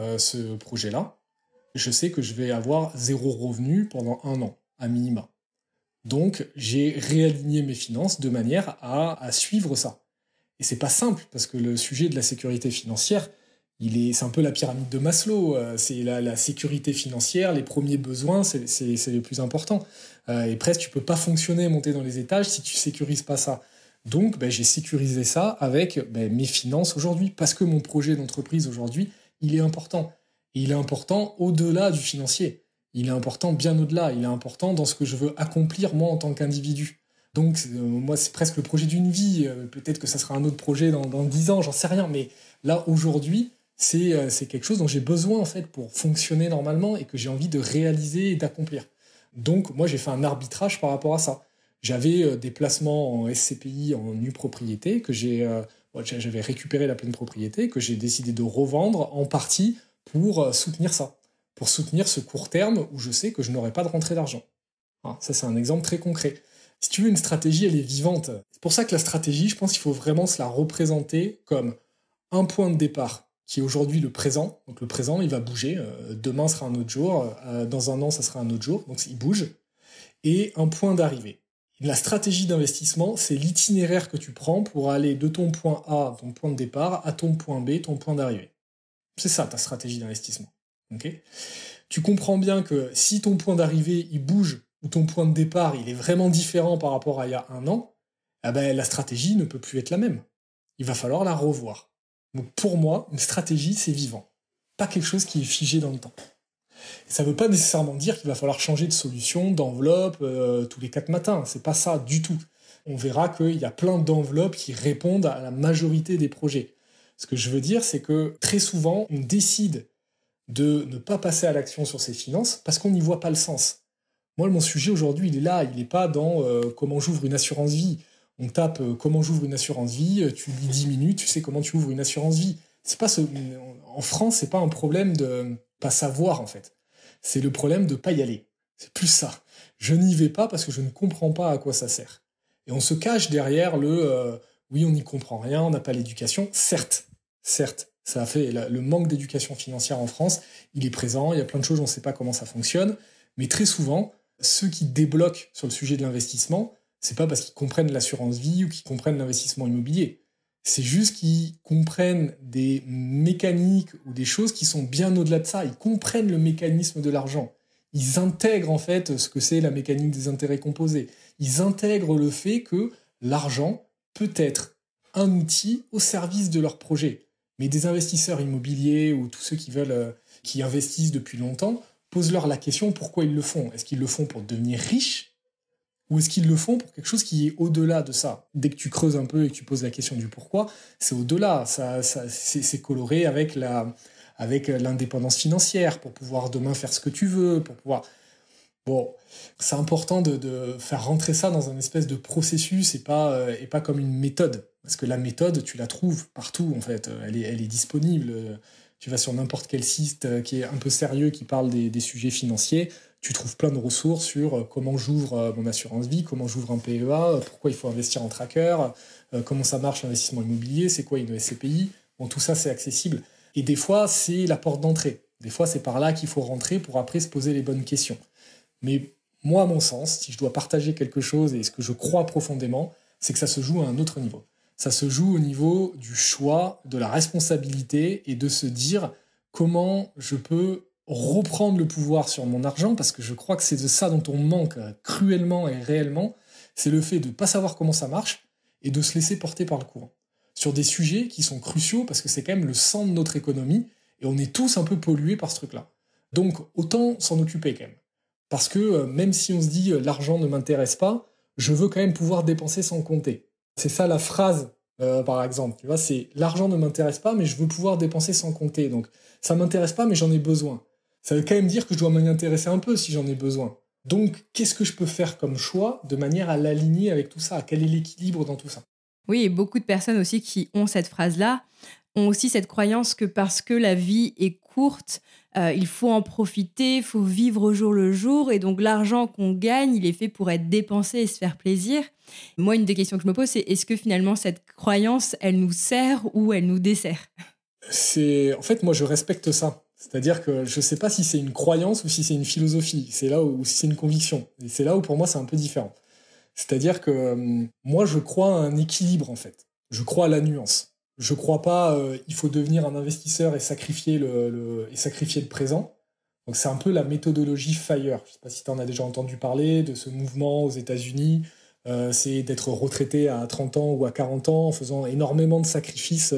ce projet-là, je sais que je vais avoir 0 revenu pendant 1 an, à minima. Donc, j'ai réaligné mes finances de manière à suivre ça. Et c'est pas simple, parce que le sujet de la sécurité financière, c'est un peu la pyramide de Maslow. C'est la sécurité financière, les premiers besoins, c'est les plus importants. Et presque, tu peux pas fonctionner, monter dans les étages si tu sécurises pas ça. Donc, j'ai sécurisé ça avec mes finances aujourd'hui, parce que mon projet d'entreprise aujourd'hui, il est important. Et il est important au-delà du financier. Il est important bien au-delà. Il est important dans ce que je veux accomplir, moi, en tant qu'individu. Donc, moi, c'est presque le projet d'une vie. Peut-être que ça sera un autre projet dans 10 ans, j'en sais rien. Mais là, aujourd'hui, c'est quelque chose dont j'ai besoin, en fait, pour fonctionner normalement et que j'ai envie de réaliser et d'accomplir. Donc, moi, j'ai fait un arbitrage par rapport à ça. J'avais des placements en SCPI, en nue propriété, que j'avais récupéré la pleine propriété, que j'ai décidé de revendre en partie pour soutenir ça. Pour soutenir ce court terme où je sais que je n'aurai pas de rentrée d'argent. Voilà, ça, c'est un exemple très concret. Si tu veux, une stratégie, elle est vivante. C'est pour ça que la stratégie, je pense qu'il faut vraiment se la représenter comme un point de départ qui est aujourd'hui le présent. Donc le présent, il va bouger. Demain sera un autre jour. Dans 1 an, ça sera un autre jour. Donc il bouge. Et un point d'arrivée. La stratégie d'investissement, c'est l'itinéraire que tu prends pour aller de ton point A, ton point de départ, à ton point B, ton point d'arrivée. C'est ça, ta stratégie d'investissement. Okay ? Tu comprends bien que si ton point d'arrivée, il bouge, ou ton point de départ, il est vraiment différent par rapport à il y a 1 an, la stratégie ne peut plus être la même. Il va falloir la revoir. Donc pour moi, une stratégie, c'est vivant. Pas quelque chose qui est figé dans le temps. Et ça ne veut pas nécessairement dire qu'il va falloir changer de solution, d'enveloppe tous les 4 matins. C'est pas ça du tout. On verra qu'il y a plein d'enveloppes qui répondent à la majorité des projets. Ce que je veux dire, c'est que très souvent, on décide de ne pas passer à l'action sur ses finances parce qu'on n'y voit pas le sens. Moi, mon sujet aujourd'hui, il est là. Il n'est pas dans comment j'ouvre une assurance vie. On tape comment j'ouvre une assurance vie, tu lis 10 minutes, tu sais comment tu ouvres une assurance vie. C'est pas en France, c'est pas un problème de pas savoir, en fait. C'est le problème de pas y aller. C'est plus ça. Je n'y vais pas parce que je ne comprends pas à quoi ça sert. Et on se cache derrière oui, on n'y comprend rien, on n'a pas l'éducation. Certes, ça a fait le manque d'éducation financière en France, il est présent, il y a plein de choses, on ne sait pas comment ça fonctionne, mais très souvent, ceux qui débloquent sur le sujet de l'investissement, c'est pas parce qu'ils comprennent l'assurance vie ou qu'ils comprennent l'investissement immobilier. C'est juste qu'ils comprennent des mécaniques ou des choses qui sont bien au-delà de ça. Ils comprennent le mécanisme de l'argent. Ils intègrent en fait ce que c'est la mécanique des intérêts composés. Ils intègrent le fait que l'argent peut être un outil au service de leur projet. Mais des investisseurs immobiliers ou tous ceux qui investissent depuis longtemps, posent-leur la question pourquoi ils le font. Est-ce qu'ils le font pour devenir riches ou est-ce qu'ils le font pour quelque chose qui est au-delà de ça? Dès que tu creuses un peu et que tu poses la question du pourquoi, c'est au-delà. C'est coloré avec l'indépendance financière pour pouvoir demain faire ce que tu veux, pour pouvoir... Bon, c'est important de faire rentrer ça dans un espèce de processus et pas comme une méthode. Parce que la méthode, tu la trouves partout, en fait. Elle est disponible. Tu vas sur n'importe quel site qui est un peu sérieux, qui parle des sujets financiers. Tu trouves plein de ressources sur comment j'ouvre mon assurance vie, comment j'ouvre un PEA, pourquoi il faut investir en tracker, comment ça marche l'investissement immobilier, c'est quoi une SCPI. Bon, tout ça, c'est accessible. Et des fois, c'est la porte d'entrée. Des fois, c'est par là qu'il faut rentrer pour après se poser les bonnes questions. Mais moi, à mon sens, si je dois partager quelque chose et ce que je crois profondément, c'est que ça se joue à un autre niveau. Ça se joue au niveau du choix, de la responsabilité et de se dire comment je peux reprendre le pouvoir sur mon argent, parce que je crois que c'est de ça dont on manque cruellement et réellement, c'est le fait de ne pas savoir comment ça marche et de se laisser porter par le courant. Sur des sujets qui sont cruciaux parce que c'est quand même le sang de notre économie et on est tous un peu pollués par ce truc-là. Donc autant s'en occuper quand même. Parce que même si on se dit l'argent ne m'intéresse pas, je veux quand même pouvoir dépenser sans compter. C'est ça la phrase, par exemple. Tu vois, c'est l'argent ne m'intéresse pas, mais je veux pouvoir dépenser sans compter. Donc ça m'intéresse pas, mais j'en ai besoin. Ça veut quand même dire que je dois m'y intéresser un peu si j'en ai besoin. Donc qu'est-ce que je peux faire comme choix de manière à l'aligner avec tout ça? Quel est l'équilibre dans tout ça? Oui, et beaucoup de personnes aussi qui ont cette phrase-là ont aussi cette croyance que parce que la vie est courte, il faut en profiter, il faut vivre au jour le jour, et donc l'argent qu'on gagne, il est fait pour être dépensé et se faire plaisir. Moi, une des questions que je me pose, c'est est-ce que finalement cette croyance, elle nous sert ou elle nous dessert? En fait, moi, je respecte ça. C'est-à-dire que je ne sais pas si c'est une croyance ou si c'est une philosophie. C'est là où si c'est une conviction. Et c'est là où, pour moi, c'est un peu différent. C'est-à-dire que moi, je crois à un équilibre, en fait. Je crois à la nuance. Je crois pas il faut devenir un investisseur et sacrifier le présent. Donc c'est un peu la méthodologie FIRE. Je sais pas si tu en as déjà entendu parler de ce mouvement aux États-Unis. C'est d'être retraité à 30 ans ou à 40 ans en faisant énormément de sacrifices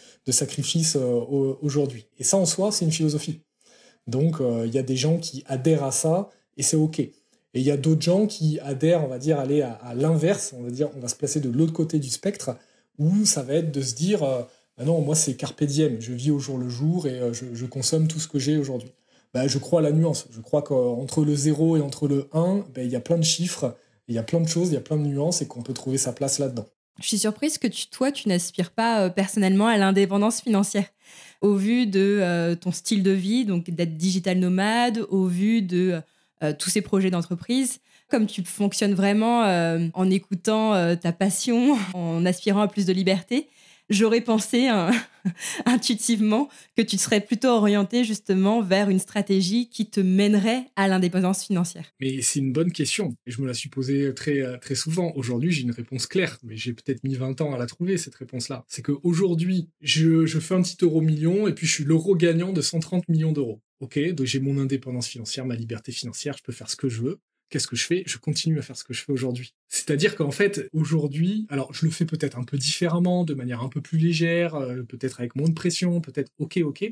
aujourd'hui. Et ça en soi, c'est une philosophie. Donc il y a des gens qui adhèrent à ça et c'est OK. Et il y a d'autres gens qui adhèrent, on va dire, aller à l'inverse, on va se placer de l'autre côté du spectre, où ça va être de se dire non, moi c'est carpe diem, je vis au jour le jour et je consomme tout ce que j'ai aujourd'hui. Je crois à la nuance. Je crois qu'entre le 0 et entre le 1, il y a plein de chiffres, il y a plein de choses, il y a plein de nuances et qu'on peut trouver sa place là-dedans. Je suis surprise que toi, tu n'aspires pas personnellement à l'indépendance financière. Au vu de ton style de vie, donc d'être digital nomade, au vu de tous ces projets d'entreprise, comme tu fonctionnes vraiment en écoutant ta passion, en aspirant à plus de liberté, j'aurais pensé intuitivement que tu serais plutôt orienté justement vers une stratégie qui te mènerait à l'indépendance financière. Mais c'est une bonne question. Et je me la suis posée très, très souvent. Aujourd'hui, j'ai une réponse claire, mais j'ai peut-être mis 20 ans à la trouver, cette réponse-là. C'est qu'aujourd'hui, je fais un petit euro million et puis je suis l'euro gagnant de 130 millions d'euros. Ok, donc j'ai mon indépendance financière, ma liberté financière, je peux faire ce que je veux. Qu'est-ce que je fais? Je continue à faire ce que je fais aujourd'hui. C'est-à-dire qu'en fait, aujourd'hui, alors je le fais peut-être un peu différemment, de manière un peu plus légère, peut-être avec moins de pression, peut-être ok,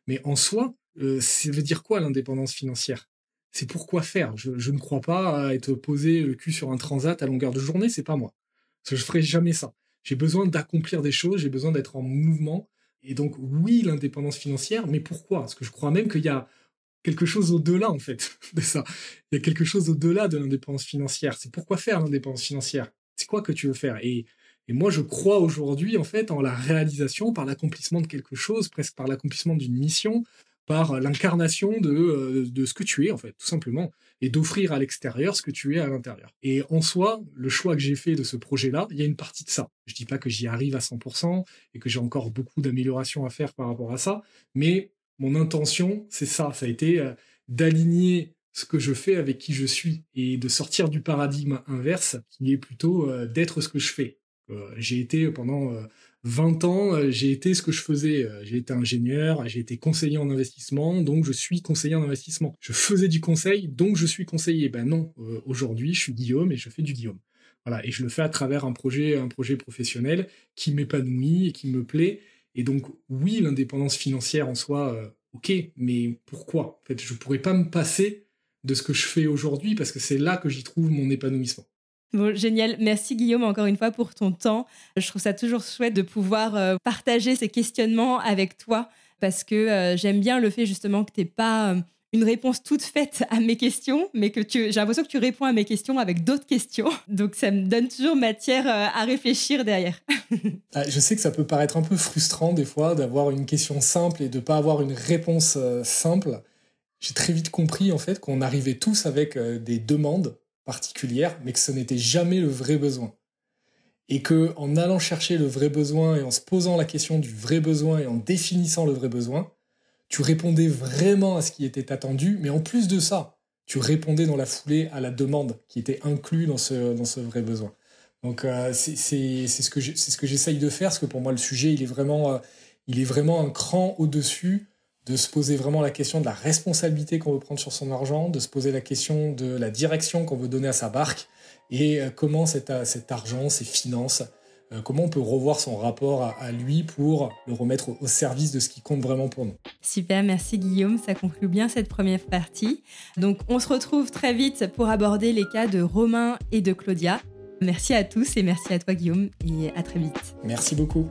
Mais en soi, ça veut dire quoi l'indépendance financière ? C'est pourquoi faire. Je ne crois pas à être posé le cul sur un transat à longueur de journée, c'est pas moi. Parce que je ferai jamais ça. J'ai besoin d'accomplir des choses, j'ai besoin d'être en mouvement. Et donc, oui, l'indépendance financière, mais pourquoi ? Parce que je crois même qu'il y a quelque chose au-delà, en fait, de ça. Il y a quelque chose au-delà de l'indépendance financière. C'est pourquoi faire l'indépendance financière ? C'est quoi que tu veux faire ? Et moi, je crois aujourd'hui, en fait, en la réalisation par l'accomplissement de quelque chose, presque par l'accomplissement d'une mission, par l'incarnation de ce que tu es, en fait, tout simplement, et d'offrir à l'extérieur ce que tu es à l'intérieur. Et en soi, le choix que j'ai fait de ce projet-là, il y a une partie de ça. Je dis pas que j'y arrive à 100% et que j'ai encore beaucoup d'améliorations à faire par rapport à ça, mais mon intention, c'est ça. Ça a été d'aligner ce que je fais avec qui je suis et de sortir du paradigme inverse, qui est plutôt d'être ce que je fais. J'ai été pendant 20 ans, j'ai été ce que je faisais. J'ai été ingénieur, j'ai été conseiller en investissement, donc je suis conseiller en investissement. Je faisais du conseil, donc je suis conseiller. Ben non, aujourd'hui, je suis Guillaume et je fais du Guillaume. Voilà, et je le fais à travers un projet professionnel qui m'épanouit et qui me plaît. Et donc, oui, l'indépendance financière en soi, ok, mais pourquoi ? En fait, je pourrais pas me passer de ce que je fais aujourd'hui parce que c'est là que j'y trouve mon épanouissement. Bon, génial. Merci Guillaume encore une fois pour ton temps. Je trouve ça toujours chouette de pouvoir partager ces questionnements avec toi parce que j'aime bien le fait justement que tu n'aies pas une réponse toute faite à mes questions, mais que j'ai l'impression que tu réponds à mes questions avec d'autres questions. Donc ça me donne toujours matière à réfléchir derrière. Je sais que ça peut paraître un peu frustrant des fois d'avoir une question simple et de ne pas avoir une réponse simple. J'ai très vite compris en fait qu'on arrivait tous avec des demandes particulière, mais que ce n'était jamais le vrai besoin. Et que en allant chercher le vrai besoin et en se posant la question du vrai besoin et en définissant le vrai besoin, tu répondais vraiment à ce qui était attendu, mais en plus de ça, tu répondais dans la foulée à la demande qui était inclue dans ce vrai besoin. Donc c'est ce que j'essaye de faire, parce que pour moi le sujet il est vraiment un cran au-dessus de se poser vraiment la question de la responsabilité qu'on veut prendre sur son argent, de se poser la question de la direction qu'on veut donner à sa barque et comment cet argent, ses finances, comment on peut revoir son rapport à lui pour le remettre au service de ce qui compte vraiment pour nous. Super, merci Guillaume, ça conclut bien cette première partie. Donc on se retrouve très vite pour aborder les cas de Romain et de Claudia. Merci à tous et merci à toi Guillaume et à très vite. Merci beaucoup.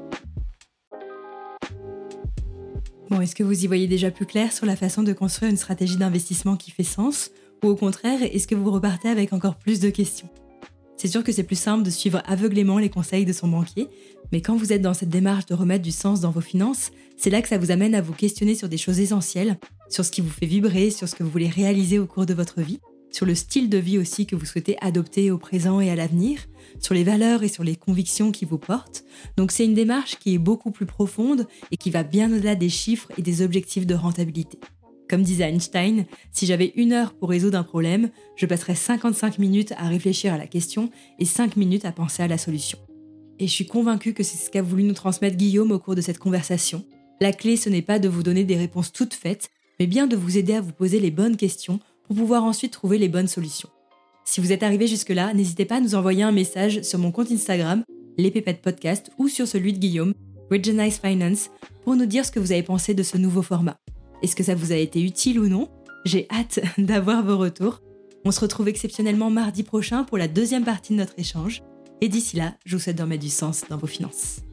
Bon, est-ce que vous y voyez déjà plus clair sur la façon de construire une stratégie d'investissement qui fait sens ? Ou au contraire, est-ce que vous repartez avec encore plus de questions ? C'est sûr que c'est plus simple de suivre aveuglément les conseils de son banquier, mais quand vous êtes dans cette démarche de remettre du sens dans vos finances, c'est là que ça vous amène à vous questionner sur des choses essentielles, sur ce qui vous fait vibrer, sur ce que vous voulez réaliser au cours de votre vie, sur le style de vie aussi que vous souhaitez adopter au présent et à l'avenir, sur les valeurs et sur les convictions qui vous portent. Donc c'est une démarche qui est beaucoup plus profonde et qui va bien au-delà des chiffres et des objectifs de rentabilité. Comme disait Einstein, si j'avais 1 heure pour résoudre un problème, je passerais 55 minutes à réfléchir à la question et 5 minutes à penser à la solution. Et je suis convaincue que c'est ce qu'a voulu nous transmettre Guillaume au cours de cette conversation. La clé, ce n'est pas de vous donner des réponses toutes faites, mais bien de vous aider à vous poser les bonnes questions pour pouvoir ensuite trouver les bonnes solutions. Si vous êtes arrivé jusque-là, n'hésitez pas à nous envoyer un message sur mon compte Instagram, Les Pépettes Podcast, ou sur celui de Guillaume, Regionize Finance, pour nous dire ce que vous avez pensé de ce nouveau format. Est-ce que ça vous a été utile ou non ? J'ai hâte d'avoir vos retours. On se retrouve exceptionnellement mardi prochain pour la 2e partie de notre échange. Et d'ici là, je vous souhaite de remettre du sens dans vos finances.